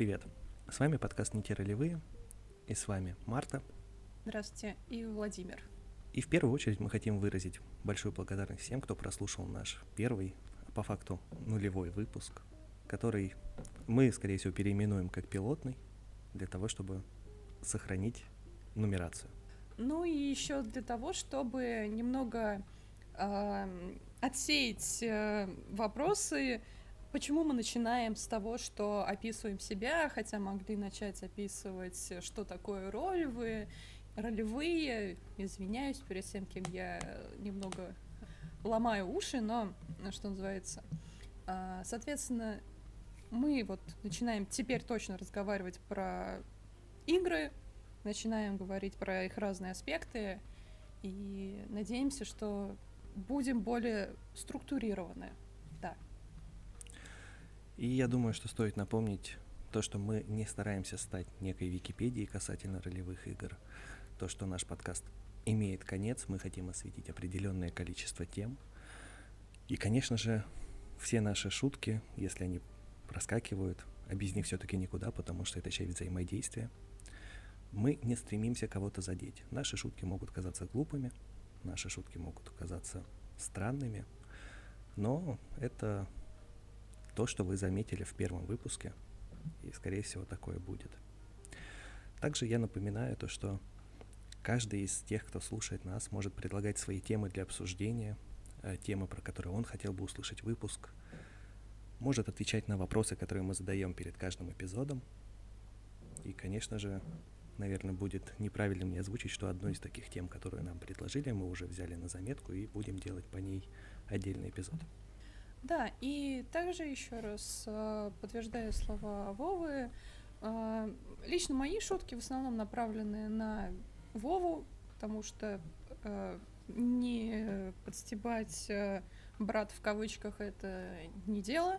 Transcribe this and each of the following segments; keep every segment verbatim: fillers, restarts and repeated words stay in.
привет! С вами подкаст «Не те ролевые», и с вами Марта. Здравствуйте, и Владимир. И в первую очередь мы хотим выразить большую благодарность всем, кто прослушал наш первый, по факту нулевой выпуск, который мы, скорее всего, переименуем как пилотный, для того, чтобы сохранить нумерацию. Ну и еще для того, чтобы немного э, отсеять э, вопросы, почему мы начинаем с того, что описываем себя, хотя могли начать описывать, что такое роль, вы ролевые. Извиняюсь перед тем, кем я немного ломаю уши, но, что называется, э, соответственно, мы вот начинаем теперь точно разговаривать про игры, начинаем говорить про их разные аспекты и надеемся, что будем более структурированы. Да. И я думаю, что стоит напомнить то, что мы не стараемся стать некой Википедией касательно ролевых игр. То, что наш подкаст имеет конец, мы хотим осветить определенное количество тем. И, конечно же, все наши шутки, если они проскакивают, а без них все-таки никуда, потому что это часть взаимодействия. Мы не стремимся кого-то задеть. Наши шутки могут казаться глупыми, наши шутки могут казаться странными, но это то, что вы заметили в первом выпуске, и, скорее всего, такое будет. Также я напоминаю то, что каждый из тех, кто слушает нас, может предлагать свои темы для обсуждения, темы, про которые он хотел бы услышать выпуск, может отвечать на вопросы, которые мы задаем перед каждым эпизодом. И, конечно же, наверное, будет неправильно мне озвучить, что одну из таких тем, которые нам предложили, мы уже взяли на заметку и будем делать по ней отдельный эпизод. Да, и также еще раз подтверждаю слова Вовы, лично мои шутки в основном направлены на Вову, потому что не подстебать брат в кавычках — это не дело.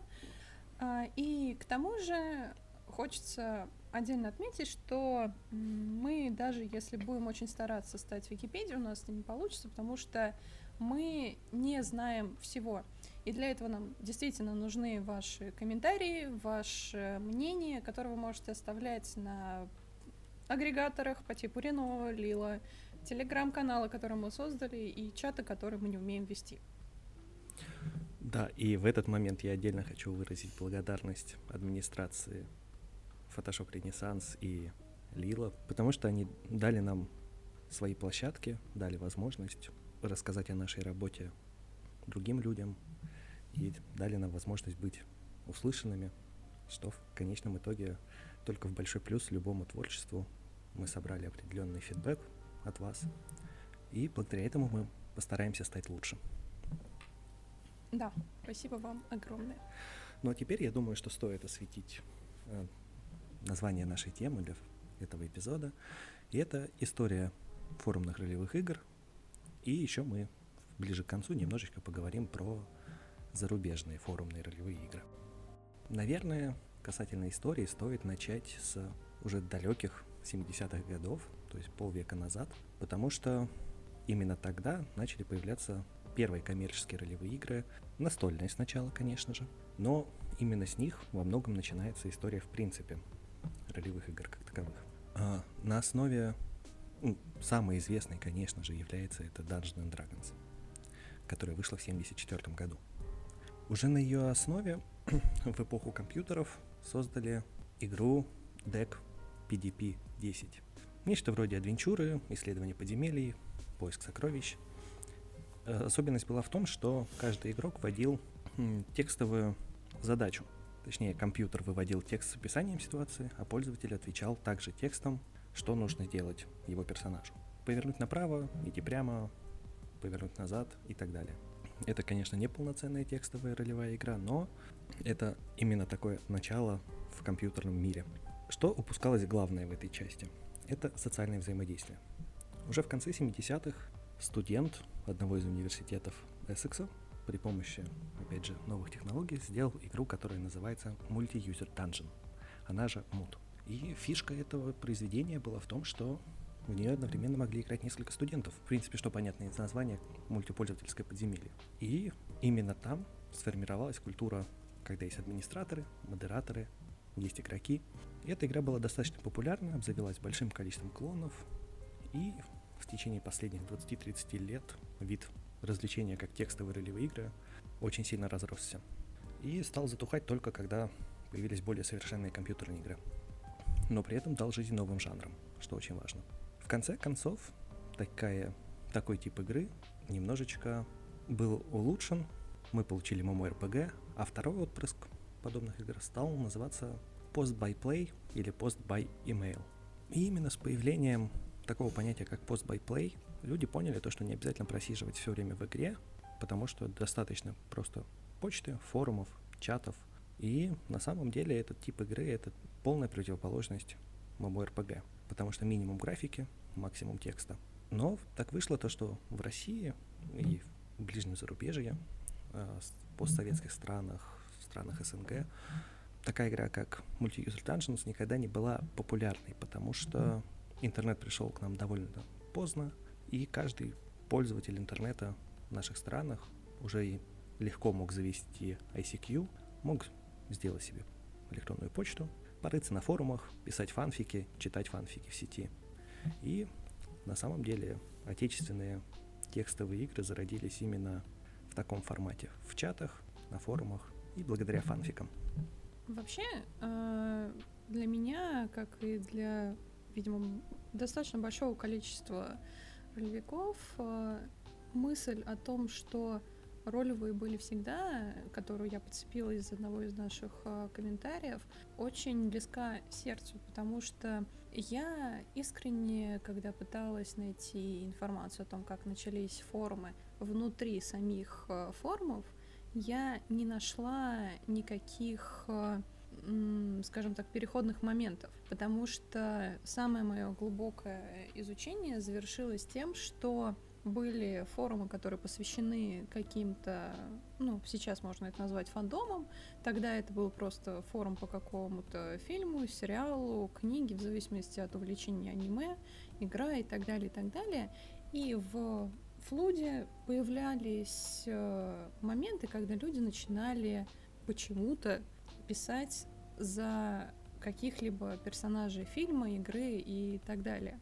И к тому же хочется отдельно отметить, что мы, даже если будем очень стараться стать Википедией, у нас это не получится, потому что мы не знаем всего. И для этого нам действительно нужны ваши комментарии, ваше мнение, которое вы можете оставлять на агрегаторах по типу Рено, Лила, телеграм-канала, который мы создали, и чаты, которые мы не умеем вести. Да, и в этот момент я отдельно хочу выразить благодарность администрации Photoshop Renaissance и Lila, потому что они дали нам свои площадки, дали возможность рассказать о нашей работе другим людям и дали нам возможность быть услышанными, что в конечном итоге только в большой плюс любому творчеству. Мы собрали определенный фидбэк от вас, и благодаря этому мы постараемся стать лучше. Да, спасибо вам огромное. Ну а теперь я думаю, что стоит осветить э, название нашей темы для этого эпизода. И это история форумных ролевых игр. И еще мы ближе к концу немножечко поговорим про зарубежные форумные ролевые игры. Наверное, касательно истории стоит начать с уже далеких семидесятых годов, то есть полвека назад, потому что именно тогда начали появляться первые коммерческие ролевые игры, настольные сначала, конечно же, но именно с них во многом начинается история в принципе ролевых игр как таковых. А на основе, ну, самой известной, конечно же, является это Dungeons and Dragons, которая вышла в семьдесят четвёртом году. Уже на ее основе в эпоху компьютеров создали игру дек пи ди пи десять. Нечто вроде адвенчуры, исследования подземелий, поиск сокровищ. Особенность была в том, что каждый игрок вводил текстовую задачу. Точнее, компьютер выводил текст с описанием ситуации, а пользователь отвечал также текстом, что нужно сделать его персонажу. Повернуть направо, идти прямо, повернуть назад и так далее. Это, конечно, не полноценная текстовая ролевая игра, но это именно такое начало в компьютерном мире. Что упускалось главное в этой части? Это социальное взаимодействие. Уже в конце семидесятых студент одного из университетов Эссекса при помощи, опять же, новых технологий сделал игру, которая называется Multi-User Dungeon, она же мут. И фишка этого произведения была в том, что в нее одновременно могли играть несколько студентов. В принципе, что понятно из названия, мультипользовательское подземелье. И именно там сформировалась культура, когда есть администраторы, модераторы есть игроки. И эта игра была достаточно популярна, обзавелась большим количеством клонов, и в течение последних двадцати-тридцати лет вид развлечения как текстовые ролевые игры очень сильно разросся. И стал затухать только когда появились более совершенные компьютерные игры. Но при этом дал жизнь новым жанрам, что очень важно. В конце концов, такая, такой тип игры немножечко был улучшен. Мы получили MMORPG, а второй отпрыск подобных игр стал называться Post by Play или Post by Email. И именно с появлением такого понятия, как Post by Play, люди поняли то, что не обязательно просиживать все время в игре, потому что достаточно просто почты, форумов, чатов. И на самом деле этот тип игры — это полная противоположность MMORPG, потому что минимум графики, максимум текста. Но так вышло то, что в России и в ближнем зарубежье, в постсоветских странах, в странах СНГ, такая игра, как Multi-User Dungeons, никогда не была популярной, потому что интернет пришел к нам довольно поздно, и каждый пользователь интернета в наших странах уже и легко мог завести ай си кью, мог сделать себе электронную почту, порыться на форумах, писать фанфики, читать фанфики в сети. И на самом деле отечественные текстовые игры зародились именно в таком формате, в чатах, на форумах и благодаря фанфикам. Вообще, для меня, как и для, видимо, достаточно большого количества ролевиков, мысль о том, что ролевые были всегда, которую я подцепила из одного из наших э, комментариев, очень близка сердцу, потому что я искренне, когда пыталась найти информацию о том, как начались форумы внутри самих э, форумов, я не нашла никаких, э, м, скажем так, переходных моментов, потому что самое мое глубокое изучение завершилось тем, что были форумы, которые посвящены каким-то, ну, сейчас можно это назвать фандомом, тогда это был просто форум по какому-то фильму, сериалу, книге, в зависимости от увлечения аниме, игра и так далее, и так далее. И в флуде появлялись э, моменты, когда люди начинали почему-то писать за каких-либо персонажей фильма, игры и так далее.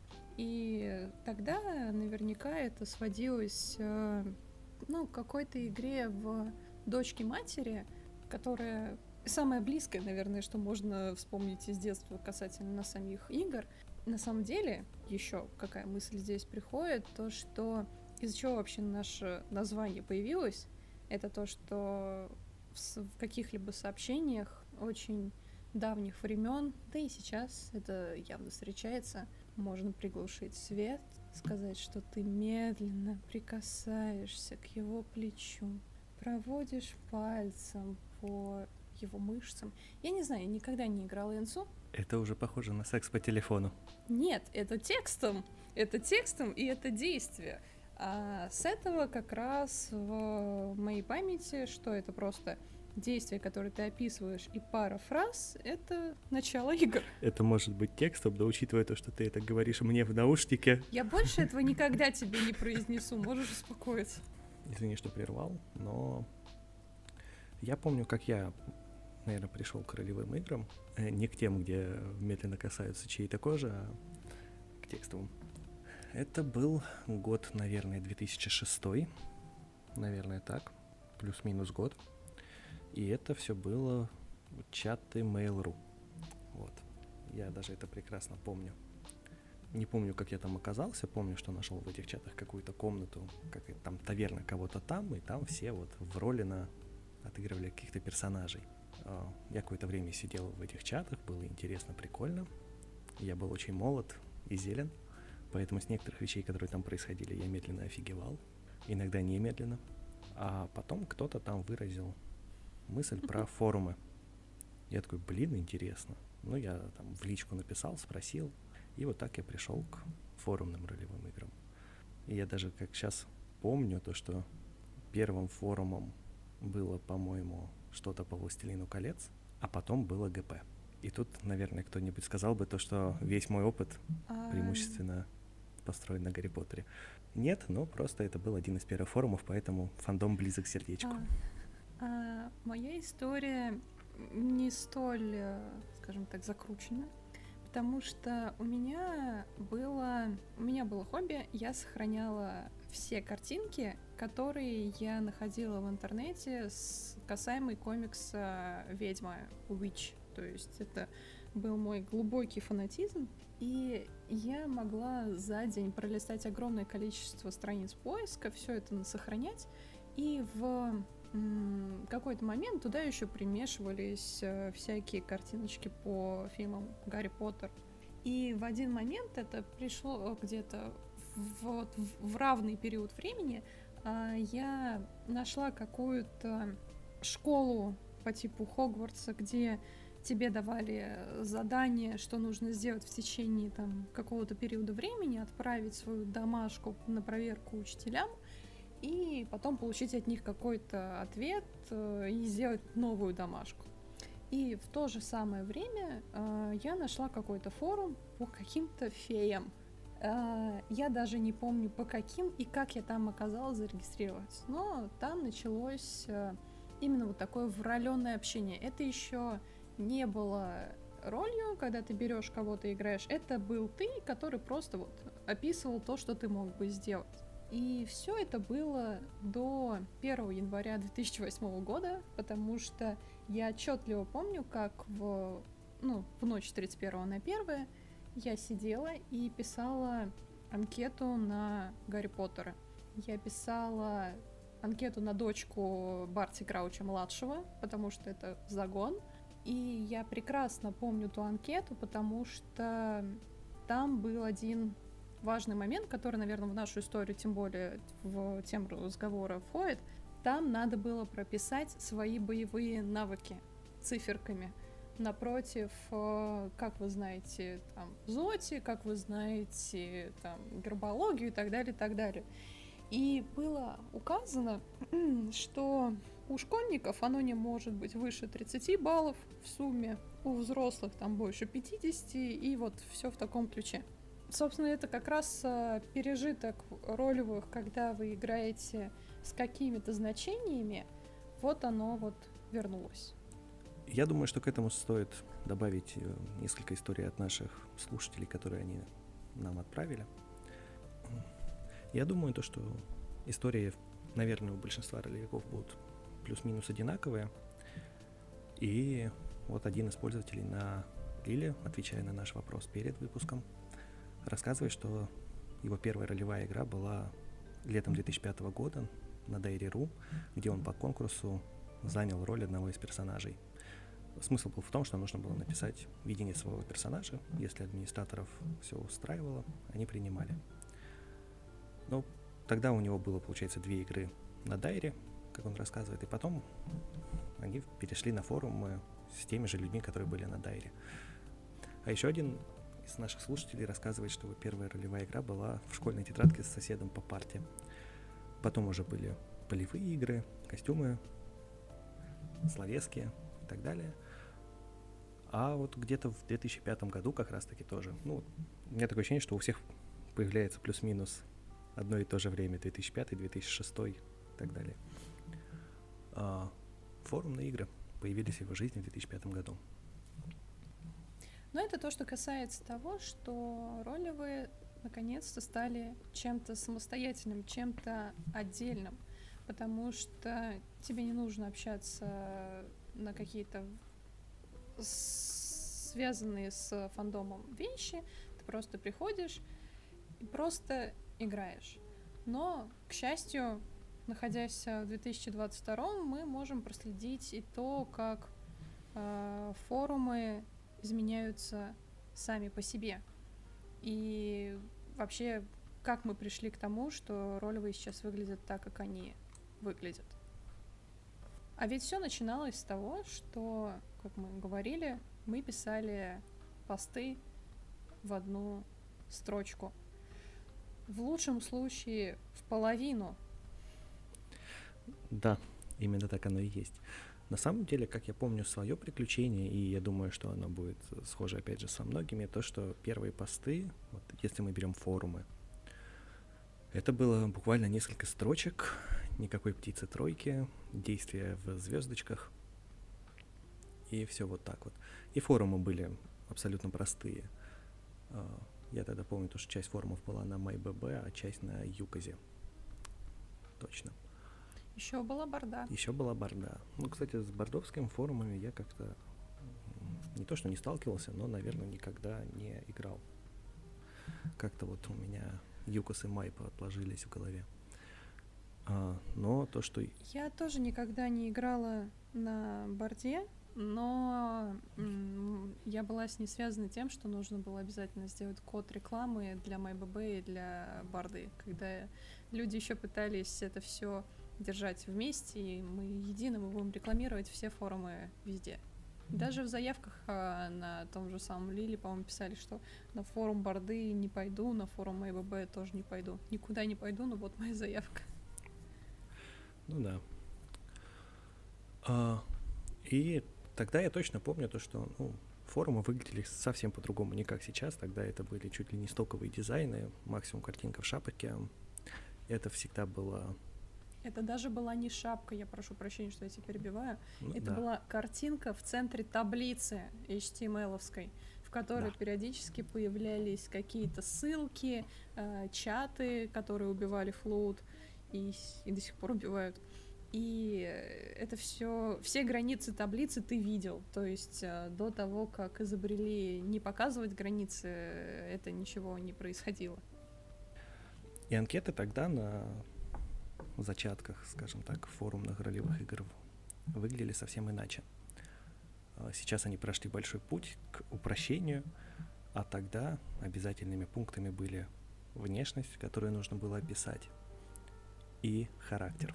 И тогда наверняка это сводилось э, ну, к какой-то игре в дочке матери, которая самая близкая, наверное, что можно вспомнить из детства касательно самих игр. На самом деле, еще какая мысль здесь приходит, то, что из-за чего вообще наше название появилось, это то, что в каких-либо сообщениях очень давних времен, да и сейчас это явно встречается, можно приглушить свет, сказать, что ты медленно прикасаешься к его плечу, проводишь пальцем по его мышцам. Я не знаю, я никогда не играла Инсу. Это уже похоже на секс по телефону. Нет, это текстом. Это текстом и это действие. А с этого как раз в моей памяти, что это просто действие, которое ты описываешь, и пара фраз — это начало игр. Это может быть текстом, но учитывая то, что ты это говоришь мне в наушнике... Я больше этого никогда тебе не произнесу, можешь успокоиться. Извини, что прервал, но я помню, как я, наверное, пришел к ролевым играм, не к тем, где медленно касаются чьей-то кожи, а к текстовым. Это был год, наверное, две тысячи шестой, наверное, так, плюс-минус год. И это все было чаты Mail.ru. Вот. Я даже это прекрасно помню. Не помню, как я там оказался, помню, что нашел в этих чатах какую-то комнату, как там таверна кого-то там, и там все вот в роли на отыгрывали каких-то персонажей. Я какое-то время сидел в этих чатах, было интересно, прикольно. Я был очень молод и зелен, поэтому с некоторых вещей, которые там происходили, я медленно офигевал, иногда немедленно. А потом кто-то там выразил мысль про форумы. Я такой, блин, интересно. Ну, я там в личку написал, спросил, и вот так я пришел к форумным ролевым играм. И я даже как сейчас помню то, что первым форумом было, по-моему, что-то по «Властелину колец», а потом было ГП. И тут, наверное, кто-нибудь сказал бы то, что весь мой опыт преимущественно построен на Гарри Поттере. Нет, но просто это был один из первых форумов, поэтому фандом близок к сердечку. А, а, моя история не столь, скажем так, закручено, потому что у меня было, у меня было хобби, я сохраняла все картинки, которые я находила в интернете с касаемой комикса «Ведьма» Witch. То есть это был мой глубокий фанатизм, и я могла за день пролистать огромное количество страниц поиска, все это сохранять, и в м- какой-то момент туда еще примешивались э, всякие картиночки по фильмам «Гарри Поттер». И в один момент это пришло где-то в, в, в равный период времени, э, я нашла какую-то школу по типу Хогвартса, где тебе давали задание, что нужно сделать в течение там какого-то периода времени, отправить свою домашку на проверку учителям, и потом получить от них какой-то ответ э, и сделать новую домашку. И в то же самое время э, я нашла какой-то форум по каким-то феям. Э, я даже не помню по каким и как я там оказалась зарегистрироваться, но там началось э, именно вот такое враленое общение. Это еще не было ролью, когда ты берешь кого-то и играешь. Это был ты, который просто вот описывал то, что ты мог бы сделать. И все это было до первого января две тысячи восьмого года, потому что я отчетливо помню, как в, ну, в ночь с тридцать первого на первое я сидела и писала анкету на Гарри Поттера. Я писала анкету на дочку Барти Крауча-младшего, потому что это загон. И я прекрасно помню ту анкету, потому что там был один важный момент, который, наверное, в нашу историю, тем более в тему разговора входит. Там надо было прописать свои боевые навыки циферками. Напротив, как вы знаете, там, зоти, как вы знаете, там, гербологию и так далее, и так далее. И было указано, что у школьников оно не может быть выше тридцати баллов в сумме, у взрослых там больше пятидесяти, и вот все в таком ключе. Собственно, это как раз пережиток ролевых, когда вы играете с какими-то значениями, вот оно вот вернулось. Я думаю, что к этому стоит добавить несколько историй от наших слушателей, которые они нам отправили. Я думаю, то, что истории, наверное, у большинства ролевиков будут плюс-минус одинаковые. И вот один из пользователей на Лиле, отвечая на наш вопрос перед выпуском, рассказывает, что его первая ролевая игра была летом две тысячи пятого года на Diary точка ру, где он по конкурсу занял роль одного из персонажей. Смысл был в том, что нужно было написать видение своего персонажа. Если администраторов все устраивало, они принимали. Но тогда у него было, получается, две игры на Дайре, как он рассказывает, и потом они перешли на форумы с теми же людьми, которые были на Дайре. А еще один из наших слушателей рассказывает, что его первая ролевая игра была в школьной тетрадке с соседом по парте. Потом уже были полевые игры, костюмы, словесские и так далее. А вот где-то в две тысячи пятом году как раз-таки тоже. Ну, у меня такое ощущение, что у всех появляется плюс-минус одно и то же время, две тысячи пятый, две тысячи шестой и так далее. А форумные игры появились в его жизни в две тысячи пятом году. Но это то, что касается того, что ролевые наконец-то стали чем-то самостоятельным, чем-то отдельным, потому что тебе не нужно общаться на какие-то связанные с фандомом вещи, ты просто приходишь и просто играешь. Но, к счастью, находясь в две тысячи двадцать втором, мы можем проследить и то, как э, форумы изменяются сами по себе. И вообще, как мы пришли к тому, что ролевые сейчас выглядят так, как они выглядят. А ведь все начиналось с того, что, как мы говорили, мы писали посты в одну строчку. В лучшем случае в половину. Да, именно так оно и есть. На самом деле, как я помню свое приключение, и я думаю, что оно будет схоже, опять же, со многими, то, что первые посты, вот, если мы берем форумы, это было буквально несколько строчек, никакой птицы тройки, действия в звездочках. и все вот так вот. И форумы были абсолютно простые. Я тогда помню, что часть форумов была на MyBB, а часть на Юказе. Точно. Еще была борда. Еще была борда. Ну, кстати, с бордовскими форумами я как-то не то что не сталкивался, но, наверное, никогда не играл. Как-то вот у меня Юкос и Майпа отложились в голове. А, но то, что... Я тоже никогда не играла на борде, но м- я была с ней связана тем, что нужно было обязательно сделать код рекламы для MyBB и для борды, когда люди еще пытались это все держать вместе, и мы едино мы будем рекламировать все форумы везде. Даже в заявках а, на том же самом Лиле, по-моему, писали, что на форум борды не пойду, на форум MyBB тоже не пойду. Никуда не пойду, но вот моя заявка. Ну да. А, и тогда я точно помню то, что ну, форумы выглядели совсем по-другому, не как сейчас. Тогда это были чуть ли не стоковые дизайны, максимум картинка в шапке. Это всегда было... Это даже была не шапка, я прошу прощения, что я тебя перебиваю. Ну, это да. была картинка в центре таблицы эйч ти эм эл-овской, в которой да. периодически появлялись какие-то ссылки, э, чаты, которые убивали флоут и, и до сих пор убивают. И это все, все границы таблицы ты видел. То есть э, до того, как изобрели не показывать границы, это ничего не происходило. И анкеты тогда на зачатках, скажем так, форумных ролевых игр выглядели совсем иначе. Сейчас они прошли большой путь к упрощению, а тогда обязательными пунктами были внешность, которую нужно было описать, и характер.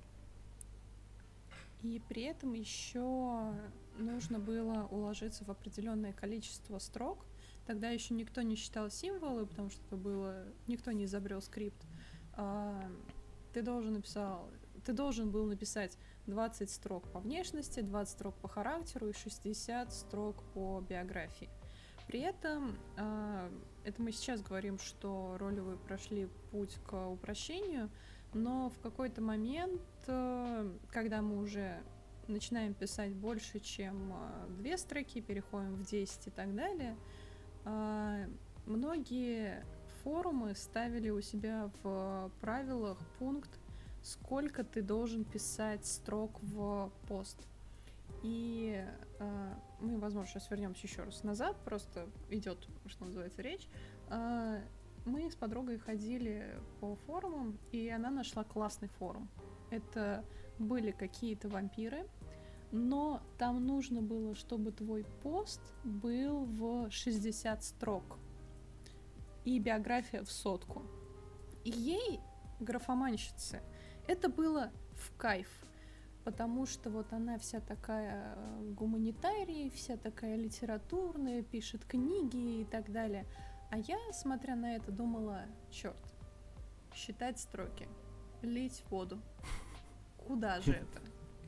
И при этом еще нужно было уложиться в определенное количество строк. Тогда еще никто не считал символы, потому что это было... Никто не изобрел скрипт. Ты должен написал, ты должен был написать двадцать строк по внешности, двадцать строк по характеру и шестьдесят строк по биографии. При этом, э, это мы сейчас говорим, что ролевые прошли путь к упрощению, но в какой-то момент, э, когда мы уже начинаем писать больше, чем э, две строки, переходим в десять и так далее, э, многие форумы ставили у себя в правилах пункт, сколько ты должен писать строк в пост. И э, мы, возможно, сейчас вернемся еще раз назад, просто идет, что называется, речь. Э, мы с подругой ходили по форумам, и она нашла классный форум. Это были какие-то вампиры, но там нужно было, чтобы твой пост был в шестьдесят строк. И биография в сотку. И ей, графоманщице, это было в кайф, потому что вот она вся такая гуманитария, вся такая литературная, пишет книги и так далее. А я, смотря на это, думала, черт, считать строки, лить воду. Куда же это?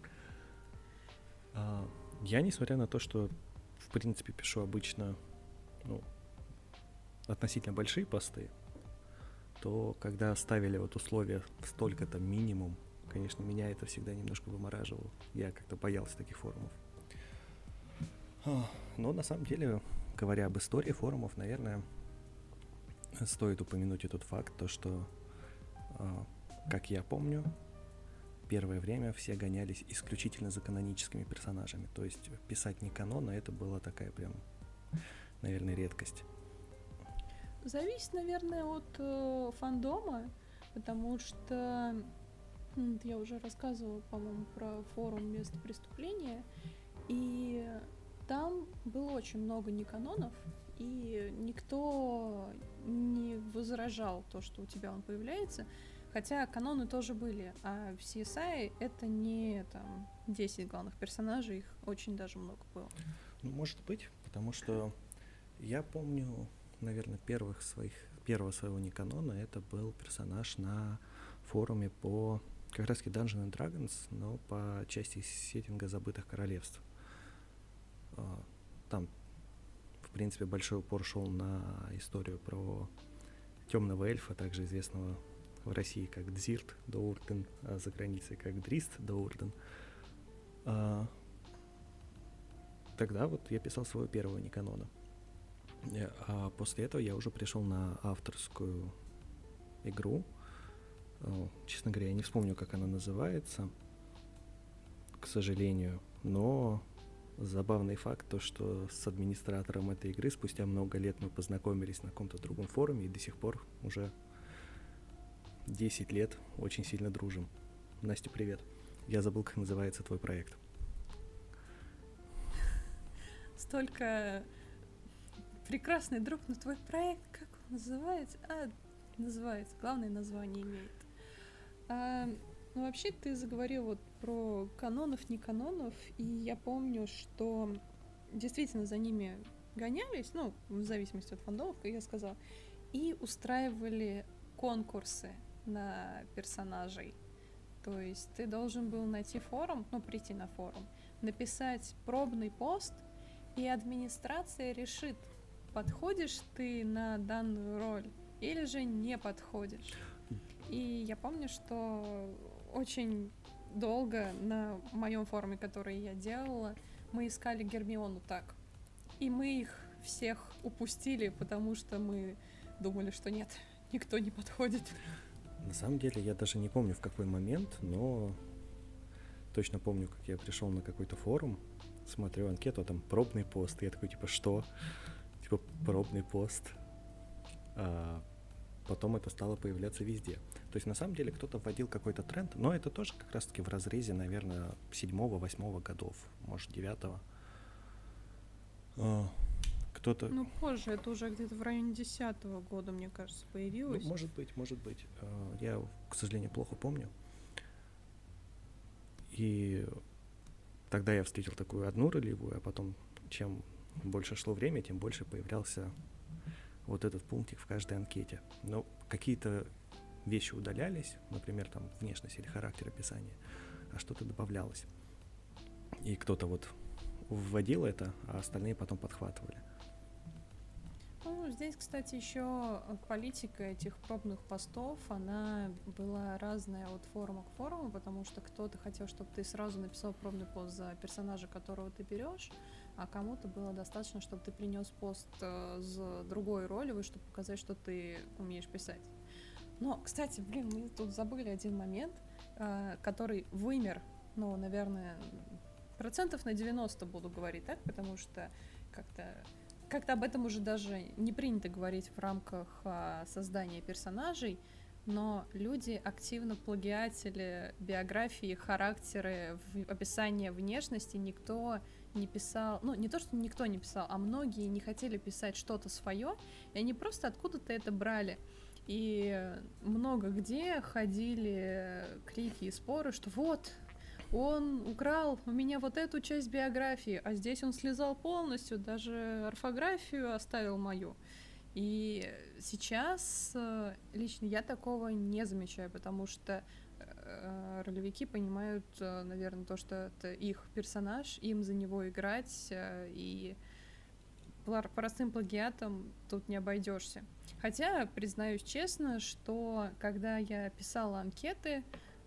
Я, несмотря на то, что, в принципе, пишу обычно, ну, относительно большие посты, то когда ставили вот условия столько-то минимум, конечно, меня это всегда немножко вымораживало. Я как-то боялся таких форумов. Но на самом деле, говоря об истории форумов, наверное, стоит упомянуть и тот факт, то, что, как я помню, первое время все гонялись исключительно за каноническими персонажами. То есть писать не канона, это была такая прям, наверное, редкость. Зависит, наверное, от э, фандома, потому что м, я уже рассказывала, по-моему, про форум «Место преступления», и там было очень много неканонов, и никто не возражал то, что у тебя он появляется, хотя каноны тоже были, а в си эс ай это не там десять главных персонажей, их очень даже много было. Ну, может быть, потому что я помню... Наверное, первых своих, первого своего неканона это был персонаж на форуме по как раз таки Dungeons and Dragons, но по части сеттинга Забытых Королевств. Там, в принципе, большой упор шел на историю про темного эльфа, также известного в России как Дзирт Доурден, а за границей как Дрист Доурден. тогда вот я писал своего первого Никанона. А после этого я уже пришел на авторскую игру. Честно говоря, я не вспомню, как она называется, к сожалению, но забавный факт, то, что с администратором этой игры спустя много лет мы познакомились на каком-то другом форуме и до сих пор уже десять лет очень сильно дружим. Настя, привет. Я забыл, как называется твой проект. Столько прекрасный друг, но твой проект, как он называется? А, называется, главное название имеет. А, ну, вообще, ты заговорил вот про канонов, не канонов, и я помню, что действительно за ними гонялись, ну, в зависимости от фандомов, как я сказала, и устраивали конкурсы на персонажей. То есть ты должен был найти форум, ну, прийти на форум, написать пробный пост, и администрация решит, подходишь ты на данную роль или же не подходишь. И я помню, что очень долго на моем форуме, который я делала, мы искали Гермиону так. И мы их всех упустили, потому что мы думали, что нет, никто не подходит. На самом деле, я даже не помню, в какой момент, но точно помню, как я пришел на какой-то форум, смотрю анкету, а там пробный пост. И я такой, типа, что? Типа, пробный пост. А потом это стало появляться везде. То есть, на самом деле, кто-то вводил какой-то тренд, но это тоже как раз-таки в разрезе, наверное, седьмого-восьмого годов, может, девятого. А, кто-то... Ну, позже, это уже где-то в районе десятого года, мне кажется, появилось. Ну, может быть, может быть. Я, к сожалению, плохо помню. И тогда я встретил такую одну ролевую, а потом, чем больше шло время, тем больше появлялся вот этот пунктик в каждой анкете. Но какие-то вещи удалялись, например, там внешность или характер описания, а что-то добавлялось. И кто-то вот вводил это, а остальные потом подхватывали. Ну, здесь, кстати, еще политика этих пробных постов, она была разная от форума к форуму, потому что кто-то хотел, чтобы ты сразу написал пробный пост за персонажа, которого ты берешь, а кому-то было достаточно, чтобы ты принес пост с другой ролевой, чтобы показать, что ты умеешь писать. Но, кстати, блин, мы тут забыли один момент, который вымер, ну, наверное, процентов на девяносто буду говорить так, потому что как-то... Как-то об этом уже даже не принято говорить в рамках а, создания персонажей, но люди активно плагиатили биографии, характеры, в, описание внешности. Никто не писал, ну не то, что никто не писал, а многие не хотели писать что-то свое, и они просто откуда-то это брали. И много где ходили крики и споры, что вот... Он украл у меня вот эту часть биографии, а здесь он слезал полностью, даже орфографию оставил мою. И сейчас лично я такого не замечаю, потому что ролевики понимают, наверное, то, что это их персонаж, им за него играть, и простым плагиатом тут не обойдешься. Хотя, признаюсь честно, что когда я писала анкеты,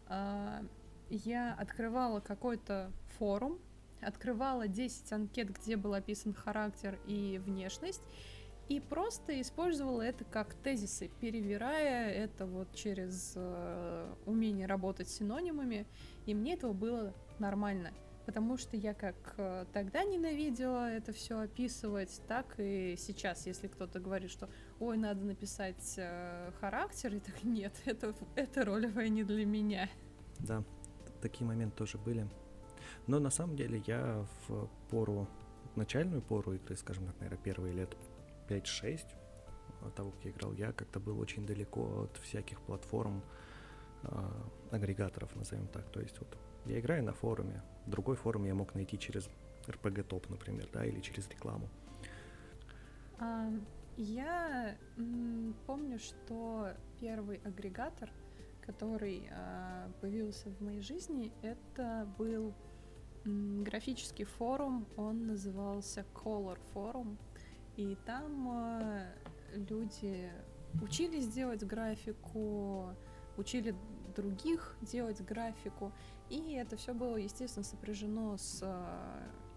я открывала какой-то форум, открывала десять анкет, где был описан характер и внешность, и просто использовала это как тезисы, перевирая это вот через э, умение работать с синонимами, и мне этого было нормально, потому что я как э, тогда ненавидела это все описывать, так и сейчас, если кто-то говорит, что ой, надо написать э, характер, и так нет, это, это ролевая не для меня. Да. Такие моменты тоже были. Но на самом деле я в пору, начальную пору игры, скажем так, наверное, первые лет пять-шесть от того, как я играл, я как-то был очень далеко от всяких платформ, э, агрегаторов, назовем так. То есть вот я играю на форуме, другой форум я мог найти через эр пи джи Топ, например, да, или через рекламу. А, я м, помню, что первый агрегатор, который э, появился в моей жизни, это был м, графический форум, он назывался Color Forum, и там э, люди учились делать графику, учили других делать графику, и это все было, естественно, сопряжено с э,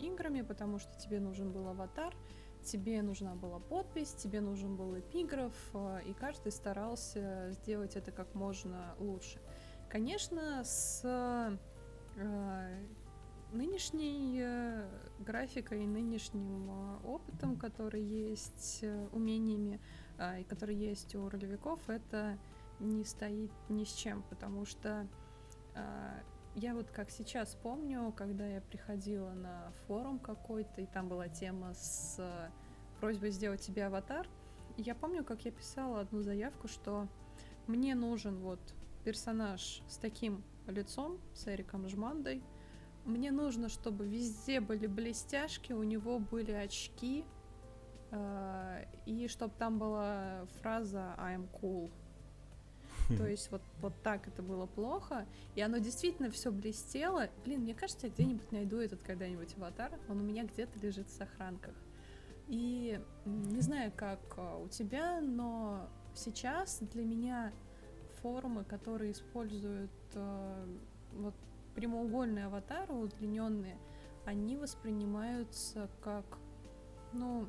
играми, потому что тебе нужен был аватар, тебе нужна была подпись, тебе нужен был эпиграф, и каждый старался сделать это как можно лучше. Конечно, с э, нынешней э, графикой и нынешним э, опытом, который есть, э, умениями, э, и который есть у ролевиков, это не стоит ни с чем, потому что э, я вот как сейчас помню, когда я приходила на форум какой-то, и там была тема с э, просьбой сделать себе аватар, и я помню, как я писала одну заявку, что мне нужен вот персонаж с таким лицом, с Эриком Жмандой, мне нужно, чтобы везде были блестяшки, у него были очки, э, и чтобы там была фраза «I'm cool». То есть вот, вот так это было плохо, и оно действительно все блестело. Блин, мне кажется, я где-нибудь найду этот когда-нибудь аватар, он у меня где-то лежит в сохранках. И не знаю, как у тебя, но сейчас для меня форумы, которые используют э, вот прямоугольные аватары, удлиненные, они воспринимаются как, ну,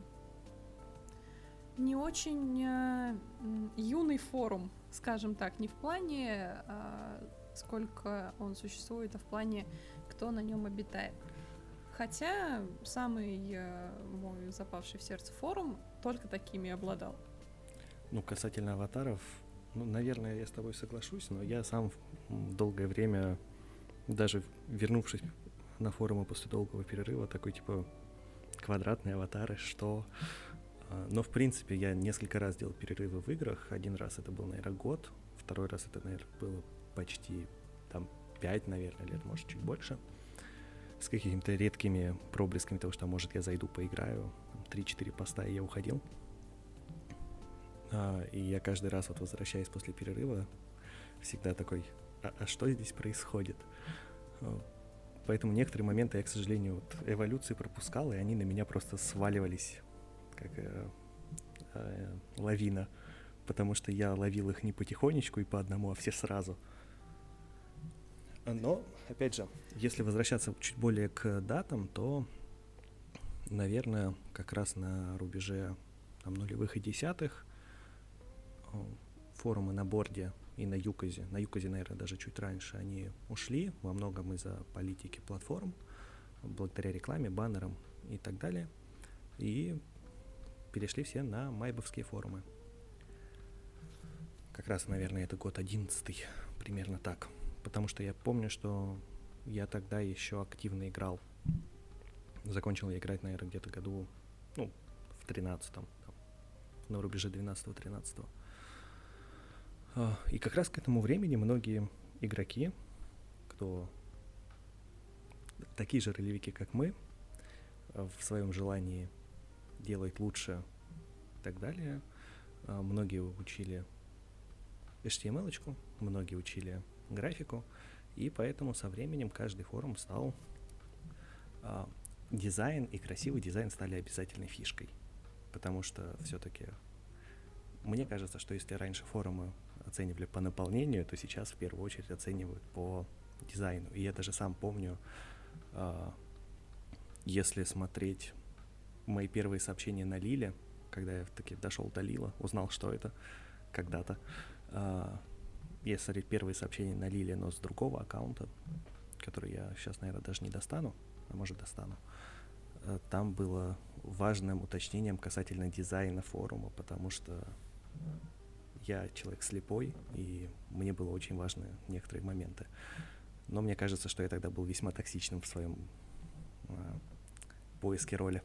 не очень э, юный форум, скажем так, не в плане, э, сколько он существует, а в плане, кто на нем обитает. Хотя самый э, мой запавший в сердце форум только такими обладал. Ну, касательно аватаров, ну, наверное, я с тобой соглашусь, но я сам долгое время, даже вернувшись на форумы после долгого перерыва, такой, типа, квадратные аватары, что... Но, в принципе, я несколько раз делал перерывы в играх. Один раз это был, наверное, год, второй раз это, наверное, было почти, там, пять, наверное, лет, может, чуть больше. С какими-то редкими проблесками того, что, может, я зайду, поиграю, три-четыре поста, и я уходил. А, и я каждый раз, вот возвращаясь после перерыва, всегда такой, а, а что здесь происходит? Поэтому некоторые моменты я, к сожалению, вот, эволюции пропускал, и они на меня просто сваливались, как э, э, лавина, потому что я ловил их не потихонечку и по одному, а все сразу. Но, опять же, если возвращаться чуть более к датам, то, наверное, как раз на рубеже там, нулевых и десятых форумы на Борде и на Юкозе, на Юкозе, наверное, даже чуть раньше, они ушли, во многом из-за политики платформ, благодаря рекламе, баннерам и так далее, и перешли все на майбовские форумы. Как раз, наверное, это год одиннадцатый, примерно так. Потому что я помню, что я тогда еще активно играл. Закончил я играть, наверное, где-то году, ну, в тринадцатом, там, на рубеже двенадцатого-тринадцатого. И как раз к этому времени многие игроки, кто такие же ролевики, как мы, в своем желании делать лучше и так далее, многие учили эйч ти эм эл-очку, многие учили графику, и поэтому со временем каждый форум стал а, дизайн и красивый дизайн стали обязательной фишкой, потому что все-таки мне кажется, что если раньше форумы оценивали по наполнению, то сейчас в первую очередь оценивают по дизайну. И я даже сам помню, а, если смотреть мои первые сообщения на Лиле, когда я таки дошел до Лила, узнал, что это когда-то. А, Если смотреть первые сообщения на Лиле, но с другого аккаунта, который я сейчас, наверное, даже не достану, а может достану, там было важным уточнением касательно дизайна форума, потому что я человек слепой, и мне было очень важны некоторые моменты. Но мне кажется, что я тогда был весьма токсичным в своем а, поиске роли.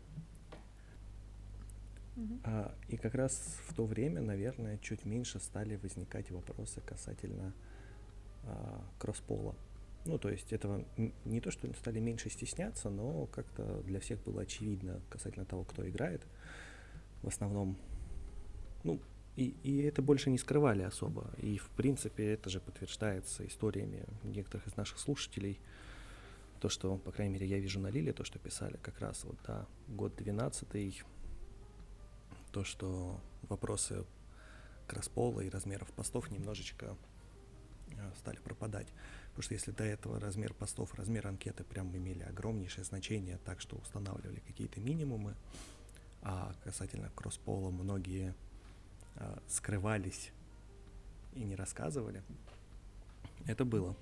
Uh-huh. А, и как раз в то время, наверное, чуть меньше стали возникать вопросы касательно а, кросспола. Ну, то есть этого не то, что стали меньше стесняться, но как-то для всех было очевидно касательно того, кто играет. В основном, ну, и, и это больше не скрывали особо. И, в принципе, это же подтверждается историями некоторых из наших слушателей. То, что, по крайней мере, я вижу на Лиле, то, что писали как раз вот, да, год двенадцатый, то, что вопросы кросспола и размеров постов немножечко стали пропадать. Потому что если до этого размер постов, размер анкеты прям имели огромнейшее значение, так что устанавливали какие-то минимумы, а касательно кросс-пола многие а, скрывались и не рассказывали, это было.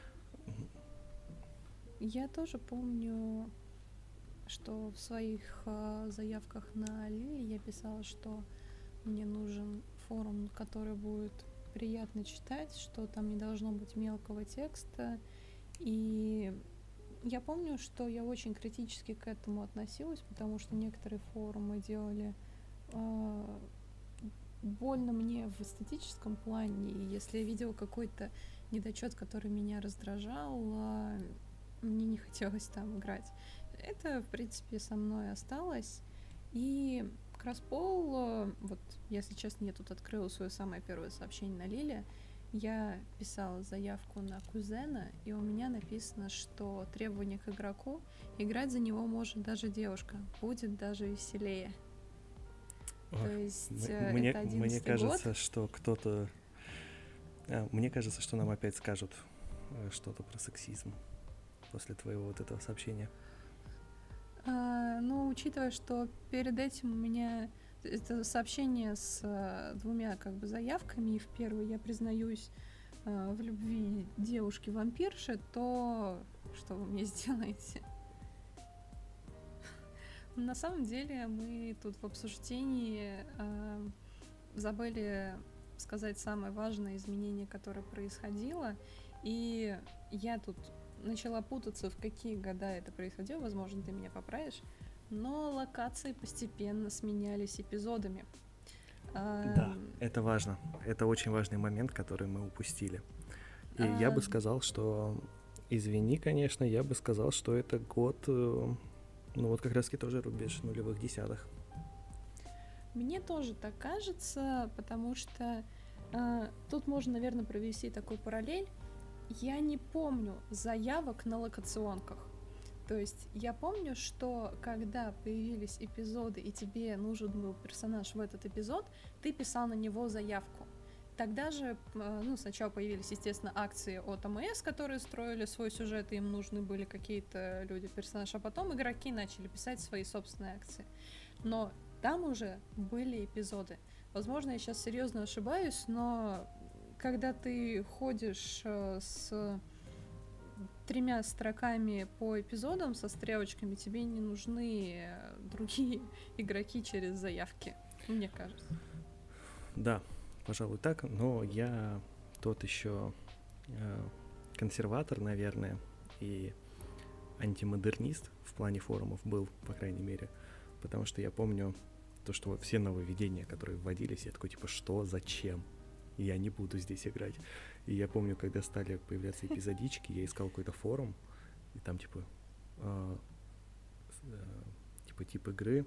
Я тоже помню, что в своих а, заявках на Лили я писала, что мне нужен форум, который будет приятно читать, что там не должно быть мелкого текста. И я помню, что я очень критически к этому относилась, потому что некоторые форумы делали э, больно мне в эстетическом плане. И если я видела какой-то недочет, который меня раздражал, э, мне не хотелось там играть. Это, в принципе, со мной осталось. И Кросспол, вот я сейчас я тут открыла свое самое первое сообщение на Лиле, я писала заявку на кузена, и у меня написано, что требование к игроку: играть за него может даже девушка, будет даже веселее. Ох, То есть м- мне, это одиннадцатый мне кажется, год. что кто-то... А, мне кажется, что нам опять скажут что-то про сексизм после твоего вот этого сообщения. А, ну, учитывая, что перед этим у меня это сообщение с а, двумя как бы заявками, и в первой я признаюсь а, в любви девушки-вампирши, то что вы мне сделаете? На самом деле мы тут в обсуждении а, забыли сказать самое важное изменение, которое происходило, и я тут начала путаться, в какие года это происходило, возможно, ты меня поправишь, но локации постепенно сменялись эпизодами. Да, это важно. Это очень важный момент, который мы упустили. И а... я бы сказал, что... Извини, конечно, я бы сказал, что это год... Ну вот как раз-таки тоже рубеж нулевых десятых. Мне тоже так кажется, потому что э, тут можно, наверное, провести такую параллель. Я не помню заявок на локационках. То есть я помню, что когда появились эпизоды, и тебе нужен был персонаж в этот эпизод, ты писал на него заявку. Тогда же, ну, сначала появились, естественно, акции от АМС, которые строили свой сюжет, и им нужны были какие-то люди-персонажи, а потом игроки начали писать свои собственные акции. Но там уже были эпизоды. Возможно, я сейчас серьезно ошибаюсь, но когда ты ходишь э, с тремя строками по эпизодам, со стрелочками, тебе не нужны другие игроки через заявки, мне кажется. Да, пожалуй, так, но я тот еще э, консерватор, наверное, и антимодернист в плане форумов был, по крайней мере, потому что я помню то, что все нововведения, которые вводились, я такой, типа, что, зачем? Я не буду здесь играть. И я помню, когда стали появляться эпизодички, я искал какой-то форум, и там, типа, э, э, типа, тип игры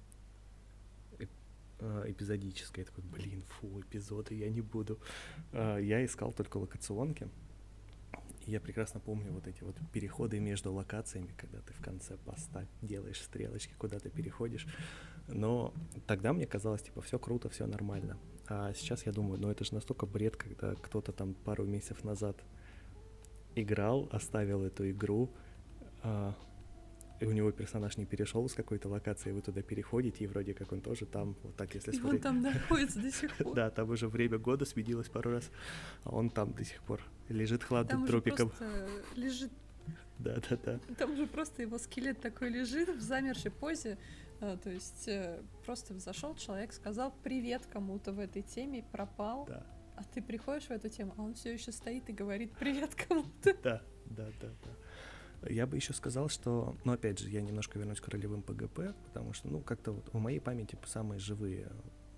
э, э, эпизодическая. Я такой, блин, фу, эпизоды, я не буду. Э, я искал только локационки. И я прекрасно помню вот эти вот переходы между локациями, когда ты в конце поста делаешь стрелочки, куда ты переходишь. Но тогда мне казалось, типа, все круто, все нормально. А сейчас я думаю, ну это же настолько бред, когда кто-то там пару месяцев назад играл, оставил эту игру, а, и у него персонаж не перешел с какой-то локации, вы туда переходите, и вроде как он тоже там, вот так, если и смотреть. он там находится до сих пор. Да, там уже время года сменилось пару раз, а он там до сих пор лежит хладным тропиком. Там уже просто лежит... Да-да-да. Там уже просто его скелет такой лежит в замершей позе. А, то есть э, просто зашел человек, сказал привет кому-то в этой теме, пропал, Да. А ты приходишь в эту тему, а он все еще стоит и говорит привет кому-то. Да, да, да, да. Я бы еще сказал, что, ну, опять же, я немножко вернусь к ролевым ПГП, потому что, ну, как-то вот в моей памяти самые живые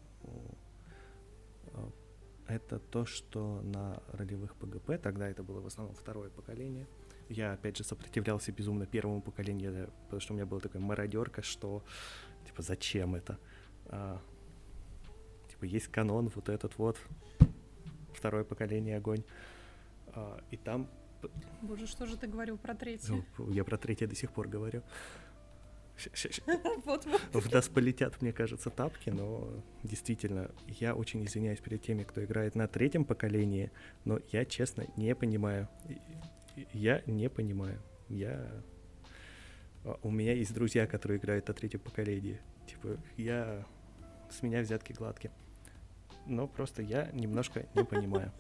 это то, что на ролевых ПГП, тогда это было в основном второе поколение, я, опять же, сопротивлялся безумно первому поколению, потому что у меня была такая мародерка, что, типа, зачем это? А, типа, есть канон, вот этот вот, второе поколение, огонь. А, и там... Боже, что же ты говорил про третье? Ну, я про третье до сих пор говорю. В нас полетят, мне кажется, тапки, но действительно, я очень извиняюсь перед теми, кто играет на третьем поколении, но я, честно, не понимаю. Я не понимаю. Я... У меня есть друзья, которые играют на третьем поколении. Типа, я... С меня взятки гладкие. Но просто я немножко не понимаю.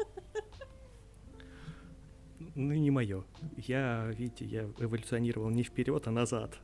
Ну, не мое. Я, видите, я эволюционировал не вперед, а назад.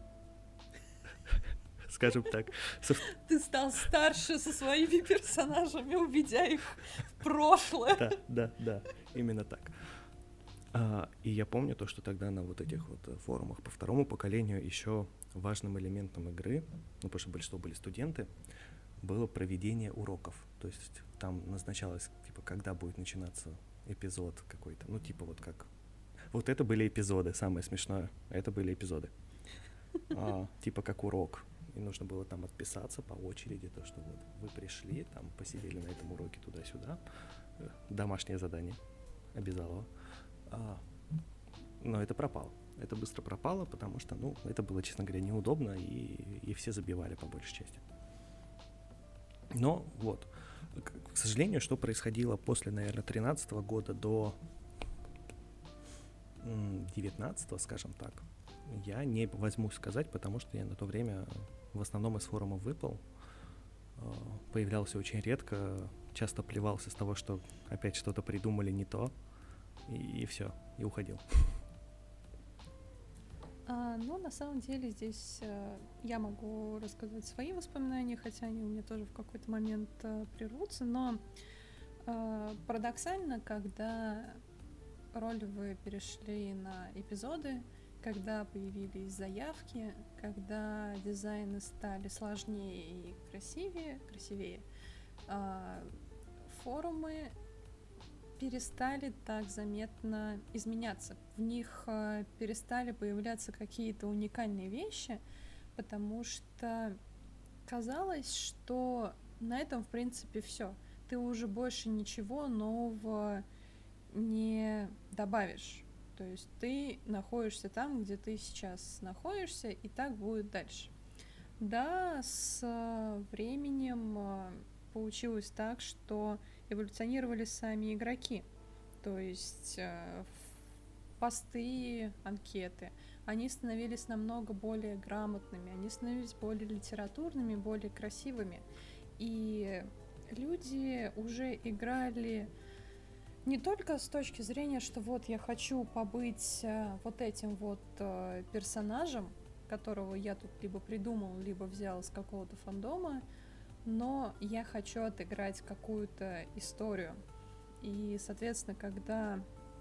Скажем так. Ты стал старше со своими персонажами, уведя их в прошлое. Да, да, да, именно так. А, и я помню то, что тогда на вот этих вот форумах по второму поколению еще важным элементом игры, ну, потому что большинство были студенты, было проведение уроков. То есть там назначалось, типа, когда будет начинаться эпизод какой-то. Ну, типа вот как... Вот это были эпизоды, самое смешное. Это были эпизоды. А, типа как урок. И нужно было там отписаться по очереди, то, что вот вы пришли, там посидели на этом уроке туда-сюда. Домашнее задание обязало. А, но это пропало. Это быстро пропало, потому что, ну, это было, честно говоря, неудобно, и, и все забивали по большей части. Но вот, к, к сожалению, что происходило после, наверное, тринадцатого года до девятнадцатого, скажем так, я не возьмусь сказать, потому что я на то время в основном из форумов выпал, появлялся очень редко, часто плевался с того, что опять что-то придумали не то, и, и все, и уходил. А, ну, на самом деле здесь а, я могу рассказать свои воспоминания, хотя они у меня тоже в какой-то момент а, прервутся, но а, парадоксально, когда ролевые перешли на эпизоды, когда появились заявки, когда дизайны стали сложнее и красивее, красивее, а, форумы перестали так заметно изменяться. В них э, перестали появляться какие-то уникальные вещи, потому что казалось, что на этом, в принципе, все. Ты уже больше ничего нового не добавишь. То есть ты находишься там, где ты сейчас находишься, и так будет дальше. Да, с временем получилось так, что эволюционировали сами игроки. То есть э, посты, анкеты, они становились намного более грамотными, они становились более литературными, более красивыми. И люди уже играли не только с точки зрения, что вот я хочу побыть э, вот этим вот э, персонажем, которого я тут либо придумал, либо взял из какого-то фандома, но я хочу отыграть какую-то историю. И, соответственно, когда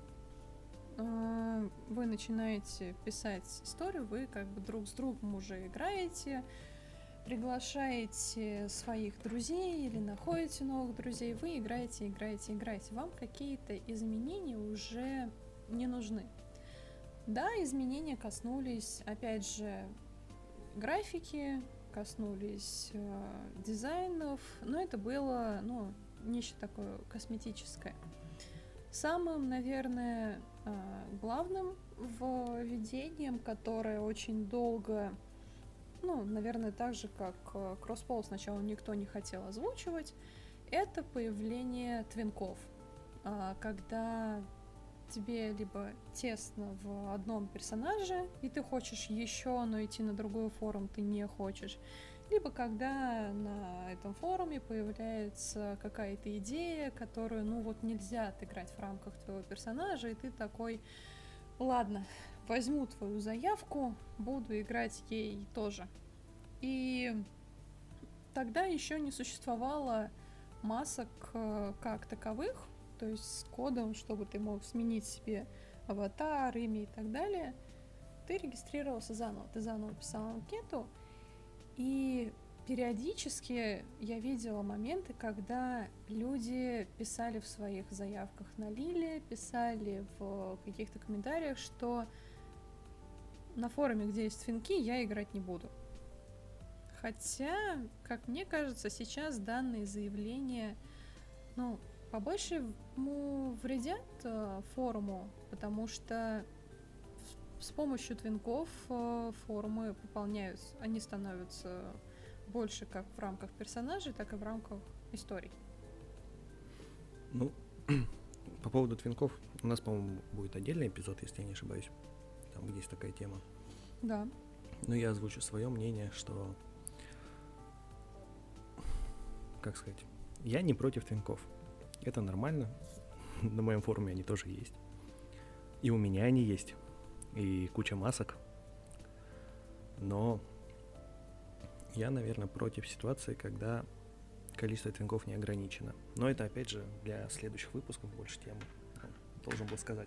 э, вы начинаете писать историю, вы как бы друг с другом уже играете, приглашаете своих друзей или находите новых друзей, вы играете, играете, играете. Вам какие-то изменения уже не нужны. Да, изменения коснулись, опять же, графики, коснулись э, дизайнов, но это было, ну, нечто такое косметическое. Самым, наверное, э, главным введением, которое очень долго, ну, наверное, так же, как э, Кросспол сначала никто не хотел озвучивать, это появление твинков, э, когда тебе либо тесно в одном персонаже, и ты хочешь еще, но идти на другой форум ты не хочешь. Либо когда на этом форуме появляется какая-то идея, которую, ну вот, нельзя отыграть в рамках твоего персонажа, и ты такой: ладно, возьму твою заявку, буду играть ей тоже. И тогда еще не существовало масок как таковых, то есть с кодом, чтобы ты мог сменить себе аватар, имя и так далее. Ты регистрировался заново, ты заново писал анкету, и периодически я видела моменты, когда люди писали в своих заявках на Лиле, писали в каких-то комментариях, что на форуме, где есть твинки, я играть не буду. Хотя, как мне кажется, сейчас данные заявления, ну, по-большему вредят э, форуму, потому что с помощью твинков э, форумы пополняются, они становятся больше как в рамках персонажей, так и в рамках историй. Ну, по поводу твинков, у нас, по-моему, будет отдельный эпизод, если я не ошибаюсь, там, где есть такая тема. Да. Но я озвучу свое мнение, что, как сказать, я не против твинков. Это нормально. На моем форуме они тоже есть. И у меня они есть. И куча масок. Но я, наверное, против ситуации, когда количество твинков не ограничено. Но это, опять же, для следующих выпусков больше тем должен был сказать.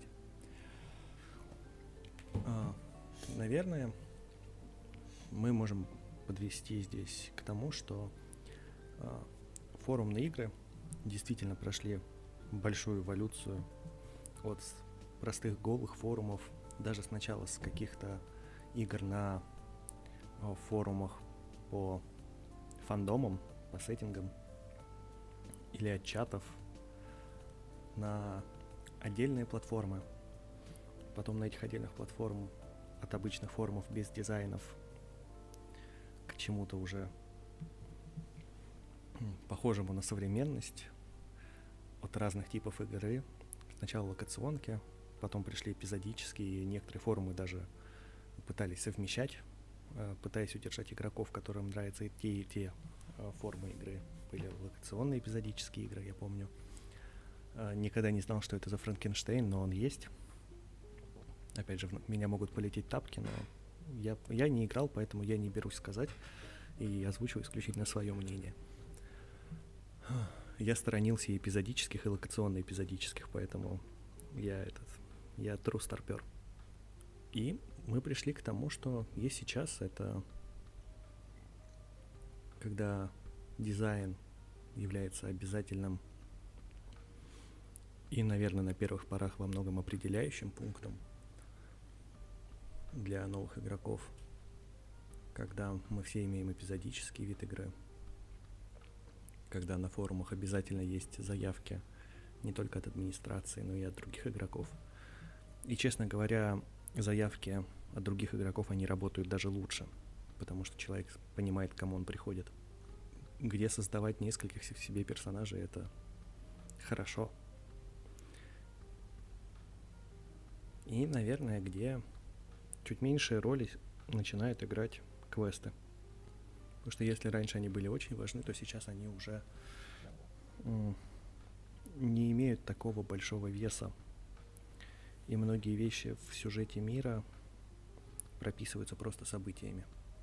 А, наверное, мы можем подвести здесь к тому, что а, форумные игры действительно прошли большую эволюцию от простых голых форумов, даже сначала с каких-то игр на а, форумах по фандомам, по сеттингам, или от чатов на отдельные платформы. Потом на этих отдельных платформ от обычных форумов без дизайнов к чему-то уже похожему на современность, от разных типов игры. Сначала локационки, потом пришли эпизодические, и некоторые форумы даже пытались совмещать, пытаясь удержать игроков, которым нравятся и те, и те формы игры. Были локационные эпизодические игры, я помню. Никогда не знал, что это за Франкенштейн, но он есть. Опять же, в меня могут полететь тапки, но я, я не играл, поэтому я не берусь сказать и озвучиваю исключительно свое мнение. Я сторонился и эпизодических, и локационно-эпизодических, поэтому я этот, я true старпер. И мы пришли к тому, что есть сейчас, это когда дизайн является обязательным и, наверное, на первых порах во многом определяющим пунктом для новых игроков, когда мы все имеем эпизодический вид игры, когда на форумах обязательно есть заявки не только от администрации, но и от других игроков. И, честно говоря, заявки от других игроков, они работают даже лучше, потому что человек понимает, к кому он приходит. Где создавать нескольких себе персонажей — это хорошо. И, наверное, где чуть меньшие роли начинают играть квесты. Потому что если раньше они были очень важны, то сейчас они уже м- не имеют такого большого веса. И многие вещи в сюжете мира прописываются просто событиями.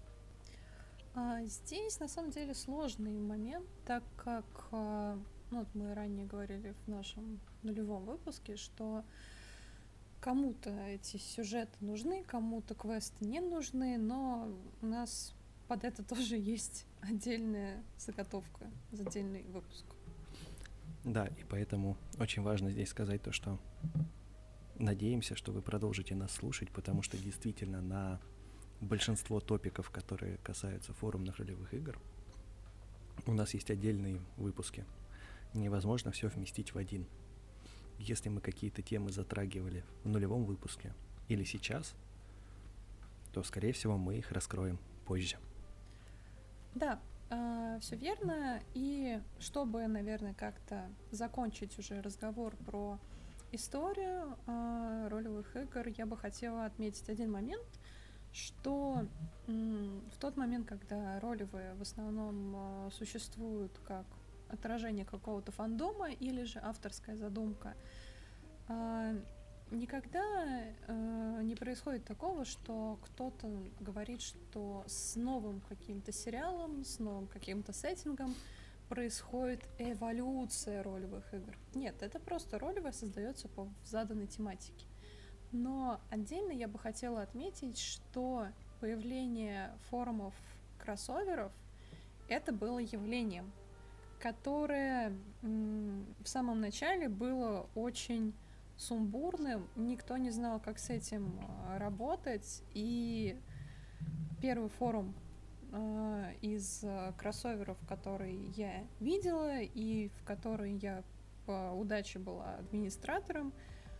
А здесь на самом деле сложный момент, так как, ну, вот мы ранее говорили в нашем нулевом выпуске, что кому-то эти сюжеты нужны, кому-то квесты не нужны, но у нас под это тоже есть отдельная заготовка, отдельный выпуск. Да, и поэтому очень важно здесь сказать то, что надеемся, что вы продолжите нас слушать, потому что действительно на большинство топиков, которые касаются форумных ролевых игр, у нас есть отдельные выпуски. Невозможно все вместить в один. Если мы какие-то темы затрагивали в нулевом выпуске или сейчас, то, скорее всего, мы их раскроем позже. Да, э, все верно. И чтобы, наверное, как-то закончить уже разговор про историю э, ролевых игр, я бы хотела отметить один момент, что м, в тот момент, когда ролевые в основном э, существуют как отражение какого-то фандома или же авторская задумка, э, никогда э, не происходит такого, что кто-то говорит, что с новым каким-то сериалом, с новым каким-то сеттингом происходит эволюция ролевых игр. Нет, это просто ролевая создается по заданной тематике. Но отдельно я бы хотела отметить, что появление форумов кроссоверов — это было явлением, которое м, в самом начале было очень сумбурным, никто не знал, как с этим э, работать, и первый форум э, из э, кроссоверов, который я видела и в который я по удаче была администратором,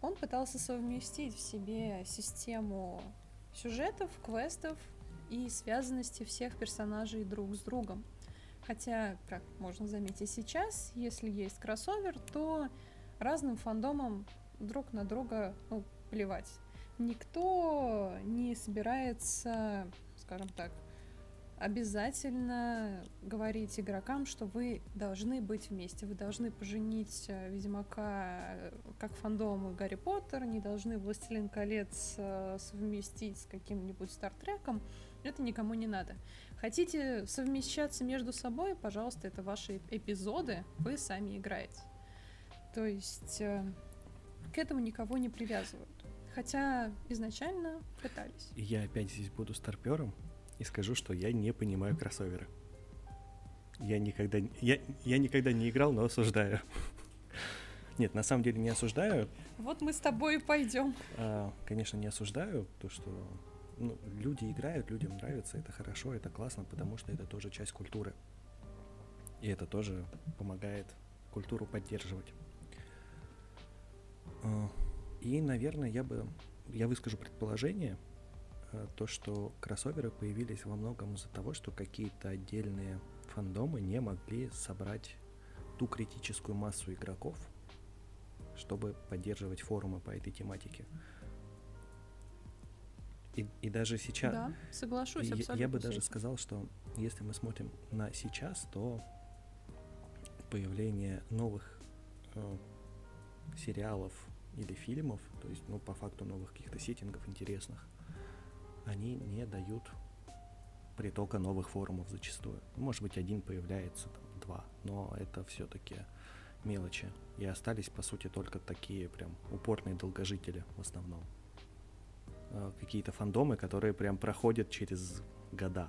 он пытался совместить в себе систему сюжетов, квестов и связанности всех персонажей друг с другом. Хотя, как можно заметить сейчас, если есть кроссовер, то разным фандомам друг на друга, ну, плевать. Никто не собирается, скажем так, обязательно говорить игрокам, что вы должны быть вместе, вы должны поженить Ведьмака как фандом и Гарри Поттер, не должны Властелин колец совместить с каким-нибудь Стартреком. Это никому не надо. Хотите совмещаться между собой, пожалуйста, это ваши эпизоды, вы сами играете. То есть к этому никого не привязывают. Хотя изначально пытались. Я опять здесь буду старпёром и скажу, что я не понимаю кроссоверы. Я никогда, я, я никогда не играл, но осуждаю. Нет, на самом деле не осуждаю. Вот мы с тобой и пойдем. А, конечно, не осуждаю то, что ну, люди играют, людям нравится, это хорошо, это классно, потому что это тоже часть культуры. И это тоже помогает культуру поддерживать. И, наверное, я бы, я выскажу предположение, то, что кроссоверы появились во многом из-за того, что какие-то отдельные фандомы не могли собрать ту критическую массу игроков, чтобы поддерживать форумы по этой тематике. И, и даже сейчас... Да, соглашусь, я, абсолютно. Я бы даже сказал, что если мы смотрим на сейчас, то появление новых э, сериалов или фильмов, то есть, ну, по факту новых каких-то сеттингов интересных, они не дают притока новых форумов зачастую. Может быть, один появляется, там, два, но это все-таки мелочи. И остались, по сути, только такие прям упорные долгожители в основном. Э, какие-то фандомы, которые прям проходят через года.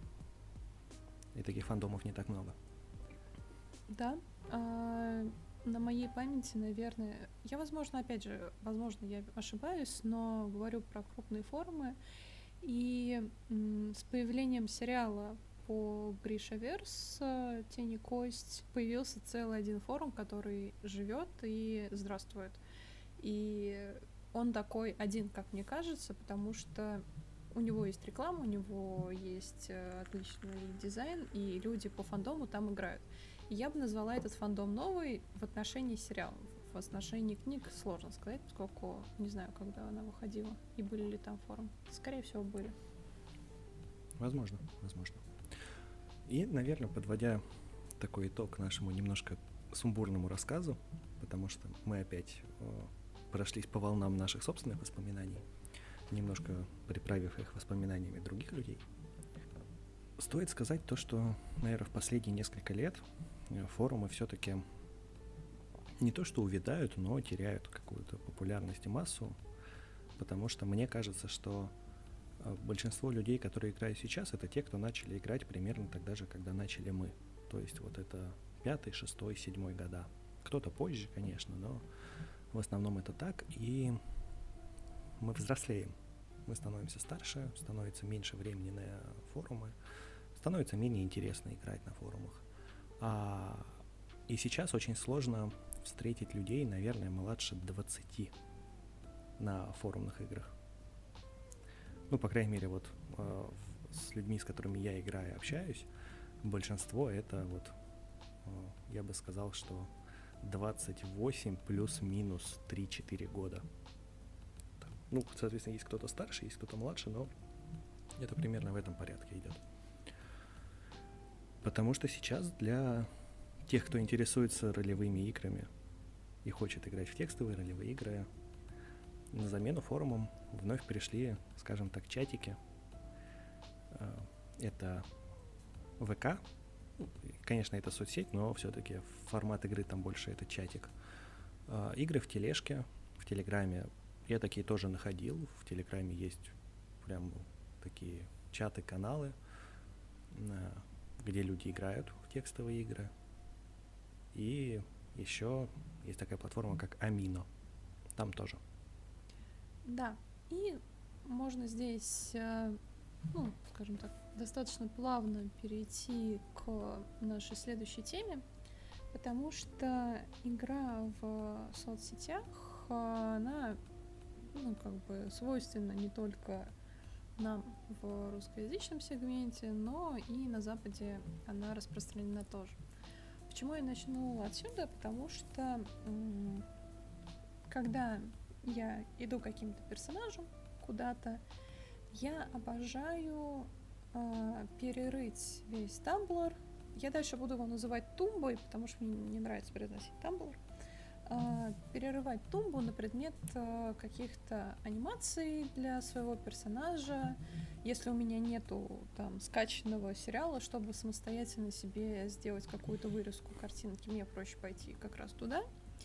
И таких фандомов не так много. Да. А, на моей памяти, наверное, я, возможно, опять же, возможно, я ошибаюсь, но говорю про крупные форумы. И м, с появлением сериала по Гришаверс «Тень и кость» появился целый один форум, который живет и здравствует. И он такой один, как мне кажется, потому что у него есть реклама, у него есть отличный дизайн, и люди по фандому там играют. И я бы назвала этот фандом новый в отношении сериалов. В отношении книг сложно сказать, поскольку не знаю, когда она выходила и были ли там форумы. Скорее всего, были. Возможно, возможно. И, наверное, подводя такой итог нашему немножко сумбурному рассказу, потому что мы опять о, прошлись по волнам наших собственных воспоминаний, немножко приправив их воспоминаниями других людей, стоит сказать то, что, наверное, в последние несколько лет форумы все-таки не то что увядают, но теряют какую-то популярность и массу, потому что мне кажется, что большинство людей, которые играют сейчас, это те, кто начали играть примерно тогда же, когда начали мы. То есть вот это пятый, шестой, седьмой года. Кто-то позже, конечно, но в основном это так, и мы взрослеем. Мы становимся старше, становится меньше времени на форумы, становится менее интересно играть на форумах. А, и сейчас очень сложно встретить людей, наверное, младше двадцати на форумных играх. Ну, по крайней мере, вот э, с людьми, с которыми я играю, общаюсь, большинство это вот, э, я бы сказал, что двадцать восемь плюс-минус три-четыре года. Ну, соответственно, есть кто-то старше, есть кто-то младше, но это примерно в этом порядке идет. Потому что сейчас для тех, кто интересуется ролевыми играми и хочет играть в текстовые ролевые игры, на замену форумам вновь пришли, скажем так, чатики. Это ВК. Конечно, это соцсеть, но все-таки формат игры там больше это чатик. Игры в тележке, в Телеграме. Я такие тоже находил. В Телеграме есть прям такие чаты, каналы, где люди играют в текстовые игры. И еще есть такая платформа, как Amino. Там тоже. Да, и можно здесь, ну, скажем так, достаточно плавно перейти к нашей следующей теме. Потому что игра в соцсетях, она, ну, как бы свойственна не только нам в русскоязычном сегменте, но и на Западе она распространена тоже. Почему я начну отсюда? Потому что м- когда я иду каким-то персонажем куда-то, я обожаю э, перерыть весь Tumblr. Я дальше буду его называть тумбой, потому что мне не нравится произносить Tumblr. Э, перерывать тумбу на предмет э, каких-то анимаций для своего персонажа. Если у меня нету там скачанного сериала, чтобы самостоятельно себе сделать какую-то вырезку картинки, мне проще пойти как раз туда.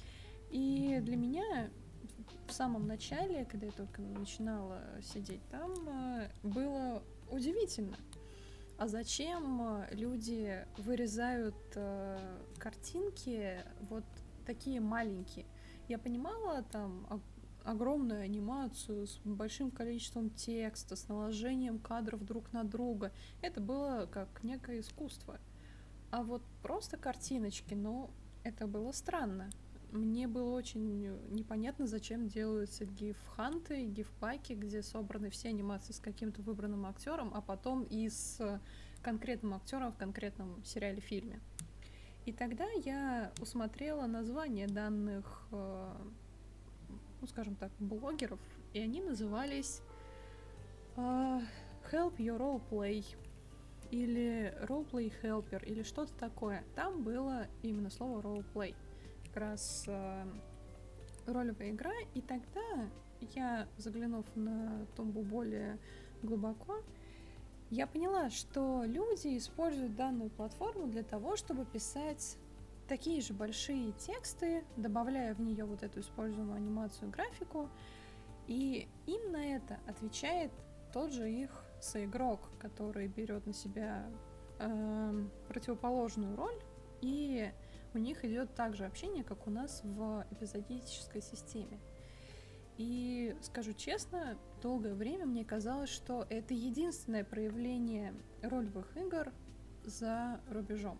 И для меня в самом начале, когда я только начинала сидеть там, было удивительно. А зачем люди вырезают э, картинки вот такие маленькие? Я понимала там о- огромную анимацию с большим количеством текста, с наложением кадров друг на друга. Это было как некое искусство. А вот просто картиночки, ну, это было странно. Мне было очень непонятно, зачем делаются гиф-ханты, гиф-паки, где собраны все анимации с каким-то выбранным актером, а потом и с конкретным актером в конкретном сериале-фильме. И тогда я усмотрела название данных, ну, скажем так, блогеров, и они назывались uh, Help Your Role Play или Roleplay Helper, или что-то такое. Там было именно слово roleplay. Как раз э, ролевая игра, и тогда я, заглянув на тумбу более глубоко, я поняла, что люди используют данную платформу для того, чтобы писать такие же большие тексты, добавляя в нее вот эту используемую анимацию, графику, и им на это отвечает тот же их соигрок, который берет на себя э, противоположную роль, и у них идет так же общение, как у нас в эпизодической системе. И скажу честно, долгое время мне казалось, что это единственное проявление ролевых игр за рубежом.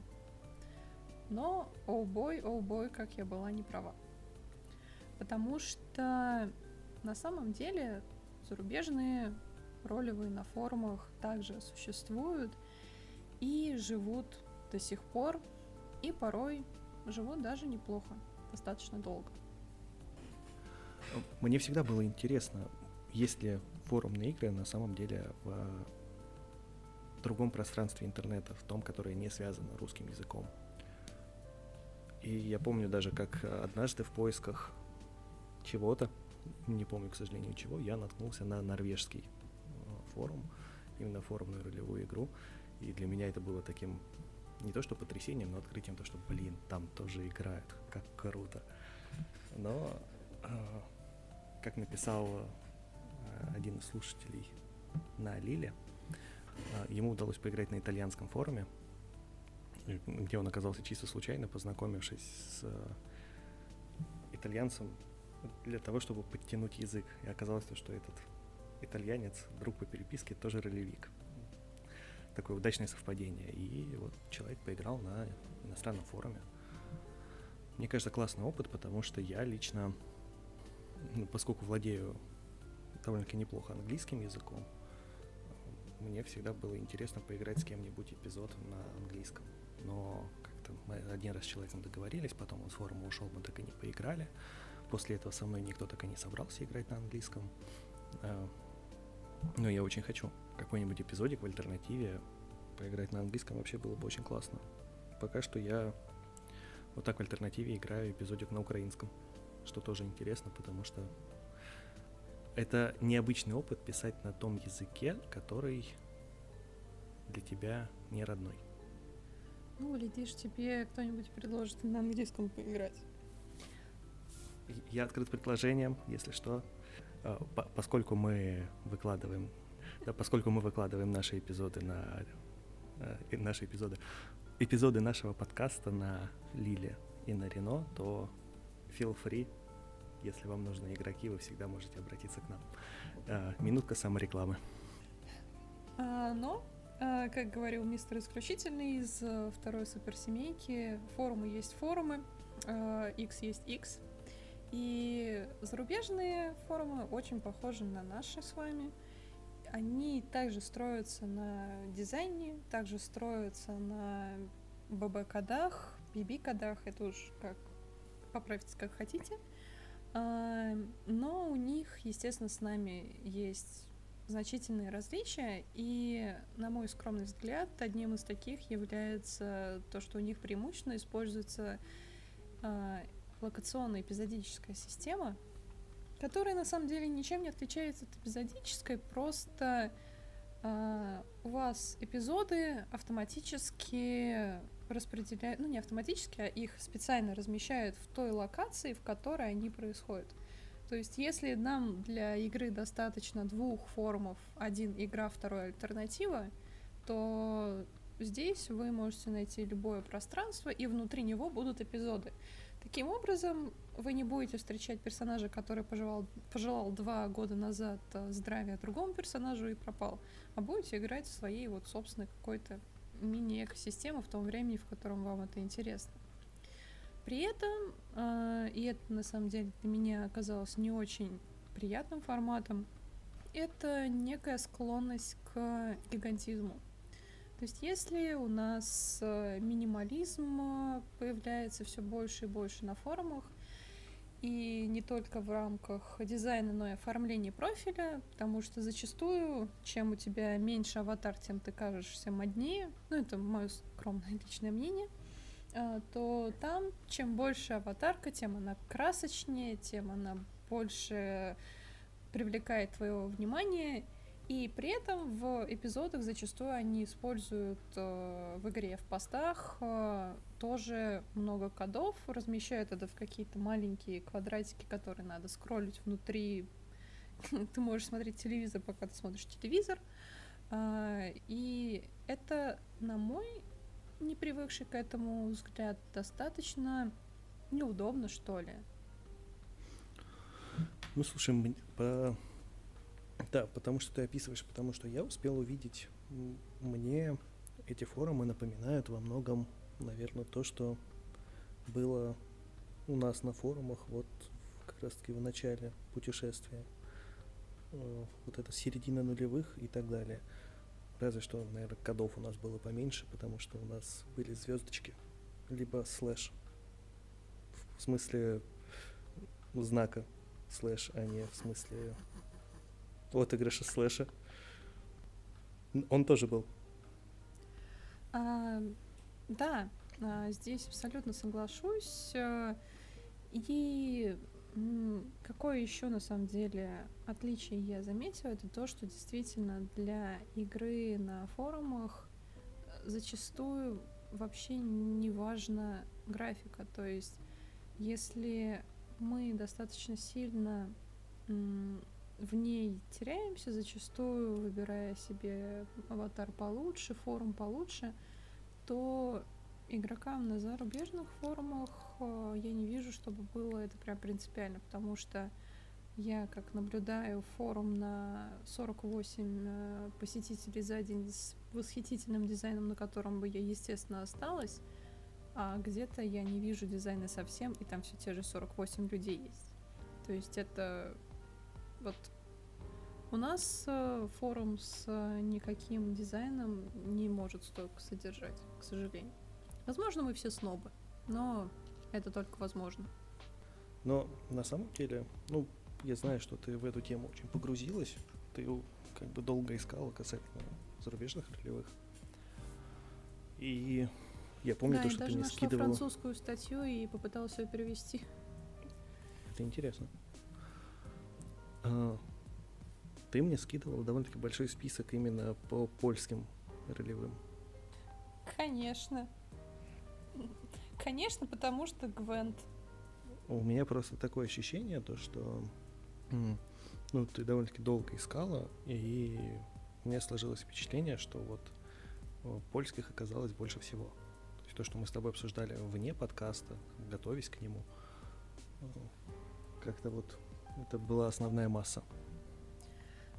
Но, оу бой, оу бой, как я была не права. Потому что на самом деле зарубежные ролевые на форумах также существуют и живут до сих пор, и порой живут даже неплохо, достаточно долго. Мне всегда было интересно, есть ли форумные игры на самом деле в другом пространстве интернета, в том, которое не связано русским языком. И я помню даже, как однажды в поисках чего-то, не помню, к сожалению, чего, я наткнулся на норвежский форум, именно форумную ролевую игру, и для меня это было таким не то что потрясением, но открытием, то что, блин, там тоже играют, как круто. Но, э, как написал э, один из слушателей на Лиле, э, ему удалось поиграть на итальянском форуме, где он оказался чисто случайно, познакомившись с э, итальянцем для того, чтобы подтянуть язык. И оказалось, что этот итальянец, друг по переписке, тоже ролевик. Такое удачное совпадение. И вот человек поиграл на иностранном форуме. Мне кажется, классный опыт, потому что я лично, ну, поскольку владею довольно-таки неплохо английским языком, мне всегда было интересно поиграть с кем-нибудь эпизод на английском. Но как-то мы один раз с человеком договорились, потом он с форума ушел, мы так и не поиграли. После этого со мной никто так и не собрался играть на английском. Но я очень хочу какой-нибудь эпизодик в альтернативе поиграть на английском, вообще было бы очень классно. Пока что я вот так в альтернативе играю эпизодик на украинском, что тоже интересно, потому что это необычный опыт писать на том языке, который для тебя не родной. Ну, глядишь, тебе кто-нибудь предложит на английском поиграть. Я открыт предложением, если что. Поскольку мы выкладываем, да, поскольку мы выкладываем наши эпизоды на э, наши эпизоды, эпизоды нашего подкаста на Лиле и на Рено, то feel free, если вам нужны игроки, вы всегда можете обратиться к нам. Э, минутка саморекламы. А, но А, как говорил мистер Исключительный из э, второй суперсемейки, форумы есть форумы, э, X есть X. И зарубежные форумы очень похожи на наши с вами. Они также строятся на дизайне, также строятся на би би-кодах, би би-кодах, это уж как поправьте, как хотите. А, но у них, естественно, с нами есть значительные различия, и, на мой скромный взгляд, одним из таких является то, что у них преимущественно используется а, локационная эпизодическая система, которая на самом деле ничем не отличается от эпизодической, просто а, у вас эпизоды автоматически распределяют, ну не автоматически, а их специально размещают в той локации, в которой они происходят. То есть, если нам для игры достаточно двух форумов, один игра, второй альтернатива, то здесь вы можете найти любое пространство, и внутри него будут эпизоды. Таким образом, вы не будете встречать персонажа, который пожелал, пожелал два года назад здравия другому персонажу и пропал, а будете играть в своей вот собственной какой-то мини-экосистемы в том времени, в котором вам это интересно. При этом, э, и это на самом деле для меня оказалось не очень приятным форматом, это некая склонность к гигантизму. То есть если у нас минимализм появляется все больше и больше на форумах, и не только в рамках дизайна, но и оформления профиля, потому что зачастую, чем у тебя меньше аватар, тем ты кажешься моднее, ну это мое скромное личное мнение, то там, чем больше аватарка, тем она красочнее, тем она больше привлекает твоего внимания, и при этом в эпизодах зачастую они используют э, в игре, в постах э, тоже много кодов, размещают это в какие-то маленькие квадратики, которые надо скроллить внутри. Ты можешь смотреть телевизор, пока ты смотришь телевизор. Э, и это, на мой не привыкший к этому взгляд, достаточно неудобно, что ли. Ну, слушай, по... да, потому что ты описываешь, потому что я успел увидеть, мне эти форумы напоминают во многом, наверное, то, что было у нас на форумах вот как раз-таки в начале путешествия. Вот это середина нулевых и так далее. Разве что, наверное, кодов у нас было поменьше, потому что у нас были звездочки, либо слэш. В смысле знака слэш, а не в смысле отыгрыша слэша. Он тоже был. А, да, а, здесь абсолютно соглашусь. И какое еще на самом деле отличие я заметила, это то, что действительно для игры на форумах зачастую вообще не важна графика. То есть если мы достаточно сильно м, в ней теряемся, зачастую выбирая себе аватар получше, форум получше, то игрокам на зарубежных форумах э, я не вижу, чтобы было это прям принципиально, потому что я, как наблюдаю форум на сорок восемь э, посетителей за день с восхитительным дизайном, на котором бы я, естественно, осталась, а где-то я не вижу дизайна совсем, и там все те же сорок восемь людей есть. То есть это вот у нас э, форум с э, никаким дизайном не может столько содержать, к сожалению. Возможно, мы все снобы, но это только возможно. Но на самом деле, ну, я знаю, что ты в эту тему очень погрузилась, ты как бы долго искала касательно зарубежных ролевых. И я помню да, то, что ты мне скидывала. Да, я даже нашла французскую статью и попыталась ее перевести. Это интересно. А, ты мне скидывала довольно-таки большой список именно по польским ролевым. Конечно. Конечно, потому что Гвент. У меня просто такое ощущение, то, что ну, ты довольно-таки долго искала, и у меня сложилось впечатление, что вот польских оказалось больше всего. То есть то, что мы с тобой обсуждали вне подкаста, готовясь к нему, как-то вот это была основная масса.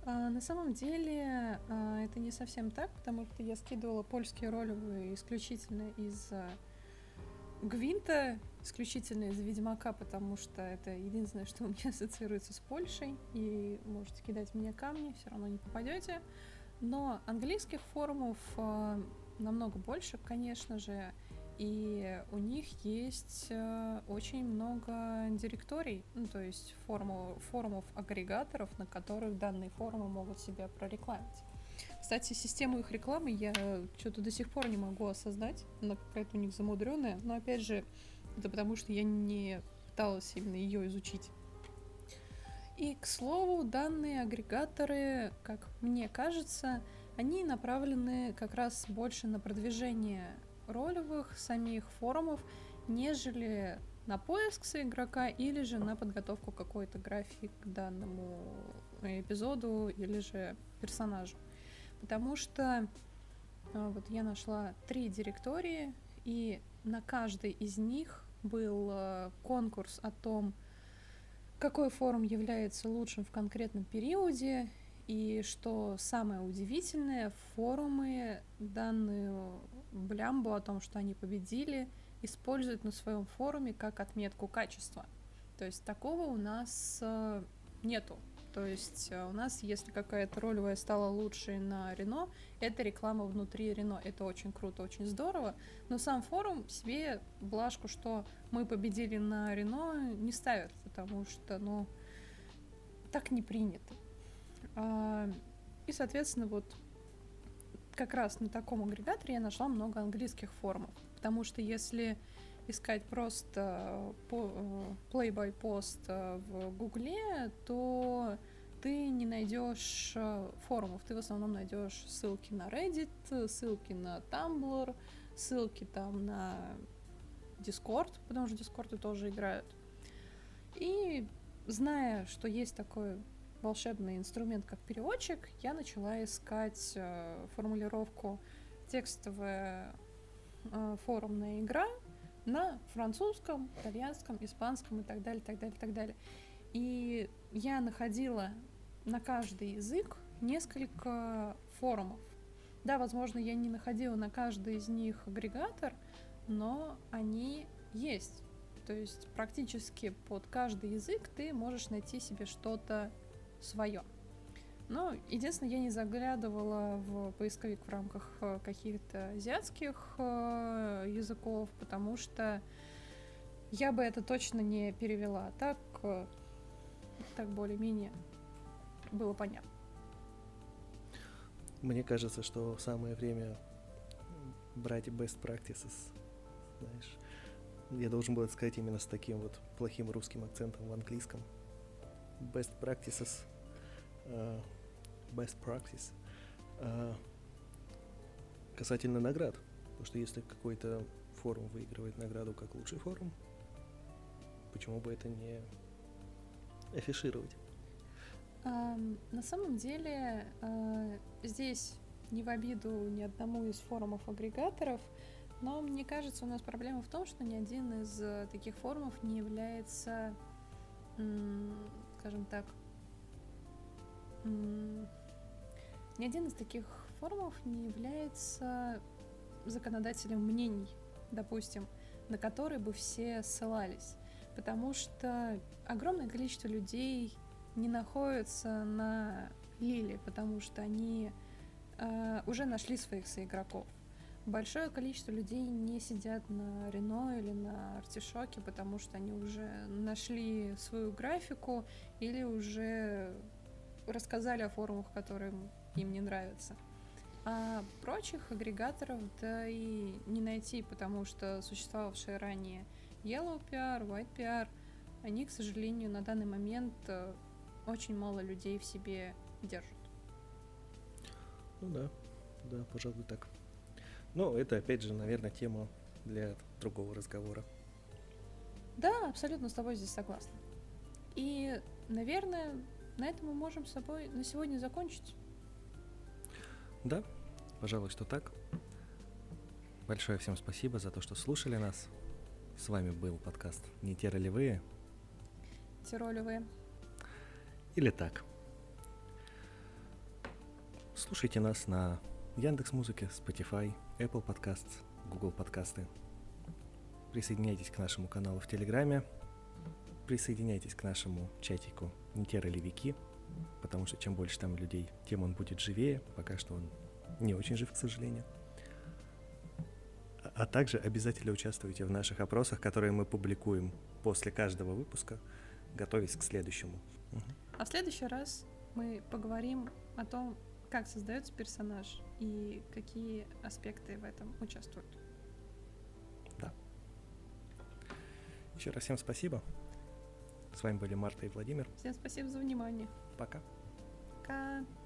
А, на самом деле а, это не совсем так, потому что я скидывала польские ролевые исключительно из а, Гвинта, исключительно из Ведьмака, потому что это единственное, что у меня ассоциируется с Польшей, и можете кидать мне камни, все равно не попадете. Но английских форумов а, намного больше, конечно же, и у них есть э, очень много директорий, ну, то есть форумов, форумов-агрегаторов, на которых данные форумы могут себя прорекламить. Кстати, систему их рекламы я что-то до сих пор не могу осознать, она какая-то у них замудренная, но опять же, это потому что я не пыталась именно ее изучить. И, к слову, данные агрегаторы, как мне кажется, они направлены как раз больше на продвижение ролевых самих форумов, нежели на поиск с игрока или же на подготовку какой-то графики к данному эпизоду или же персонажу. Потому что вот я нашла три директории, и на каждой из них был конкурс о том, какой форум является лучшим в конкретном периоде, и что самое удивительное, форумы данную блямбу о том, что они победили, используют на своем форуме как отметку качества. То есть такого у нас э, нету. То есть э, у нас, если какая-то ролевая стала лучшей на Рено, это реклама внутри Рено. Это очень круто, очень здорово. Но сам форум себе блажку, что мы победили на Рено, не ставит, потому что, ну, так не принято. И, соответственно, вот как раз на таком агрегаторе я нашла много английских форумов, потому что если искать просто play by post в Гугле, то ты не найдешь форумов, ты в основном найдешь ссылки на Reddit, ссылки на Tumblr, ссылки там на Discord, потому что Discord тоже играют. И зная, что есть такой волшебный инструмент, как переводчик, я начала искать э, формулировку «текстовая э, форумная игра» на французском, итальянском, испанском и так далее, так далее, так далее. И я находила на каждый язык несколько форумов. Да, возможно, я не находила на каждый из них агрегатор, но они есть. То есть практически под каждый язык ты можешь найти себе что-то свое. Но единственное, я не заглядывала в поисковик в рамках каких-то азиатских языков, потому что я бы это точно не перевела. Так, так более-менее было понятно. Мне кажется, что самое время брать best practices, знаешь. Я должен был это сказать именно с таким вот плохим русским акцентом в английском. Best practices, uh, best practice uh, касательно наград. Потому что если какой-то форум выигрывает награду как лучший форум, почему бы это не афишировать? Uh, на самом деле uh, здесь не в обиду ни одному из форумов-агрегаторов, но мне кажется, у нас проблема в том, что ни один из uh, таких форумов не является, м- скажем так, м- ни один из таких форумов не является законодателем мнений, допустим, на которые бы все ссылались, потому что огромное количество людей не находятся на Лиле, потому что они э, уже нашли своих соигроков. Большое количество людей не сидят на Рено или на Артишоке, потому что они уже нашли свою графику или уже рассказали о форумах, которые им не нравятся. А прочих агрегаторов да и не найти, потому что существовавшие ранее Yellow пи ар, White пи ар, они, к сожалению, на данный момент очень мало людей в себе держат. Ну да, да, пожалуй, так. Но это, опять же, наверное, тема для другого разговора. Да, абсолютно с тобой здесь согласна. И, наверное, на этом мы можем с тобой на сегодня закончить. Да, пожалуй, что так. Большое всем спасибо за то, что слушали нас. С вами был подкаст «Не те ролевые». Те ролевые. Или так. Слушайте нас на Яндекс.Музыке, Spotify, Apple Podcasts, Google Подкасты. Присоединяйтесь к нашему каналу в Телеграме. Присоединяйтесь к нашему чатику «Нетеролевики», потому что чем больше там людей, тем он будет живее. Пока что он не очень жив, к сожалению. А также обязательно участвуйте в наших опросах, которые мы публикуем после каждого выпуска, готовясь к следующему. А в следующий раз мы поговорим о том, как создается персонаж и какие аспекты в этом участвуют. Да. Еще раз всем спасибо. С вами были Марта и Владимир. Всем спасибо за внимание. Пока. Пока.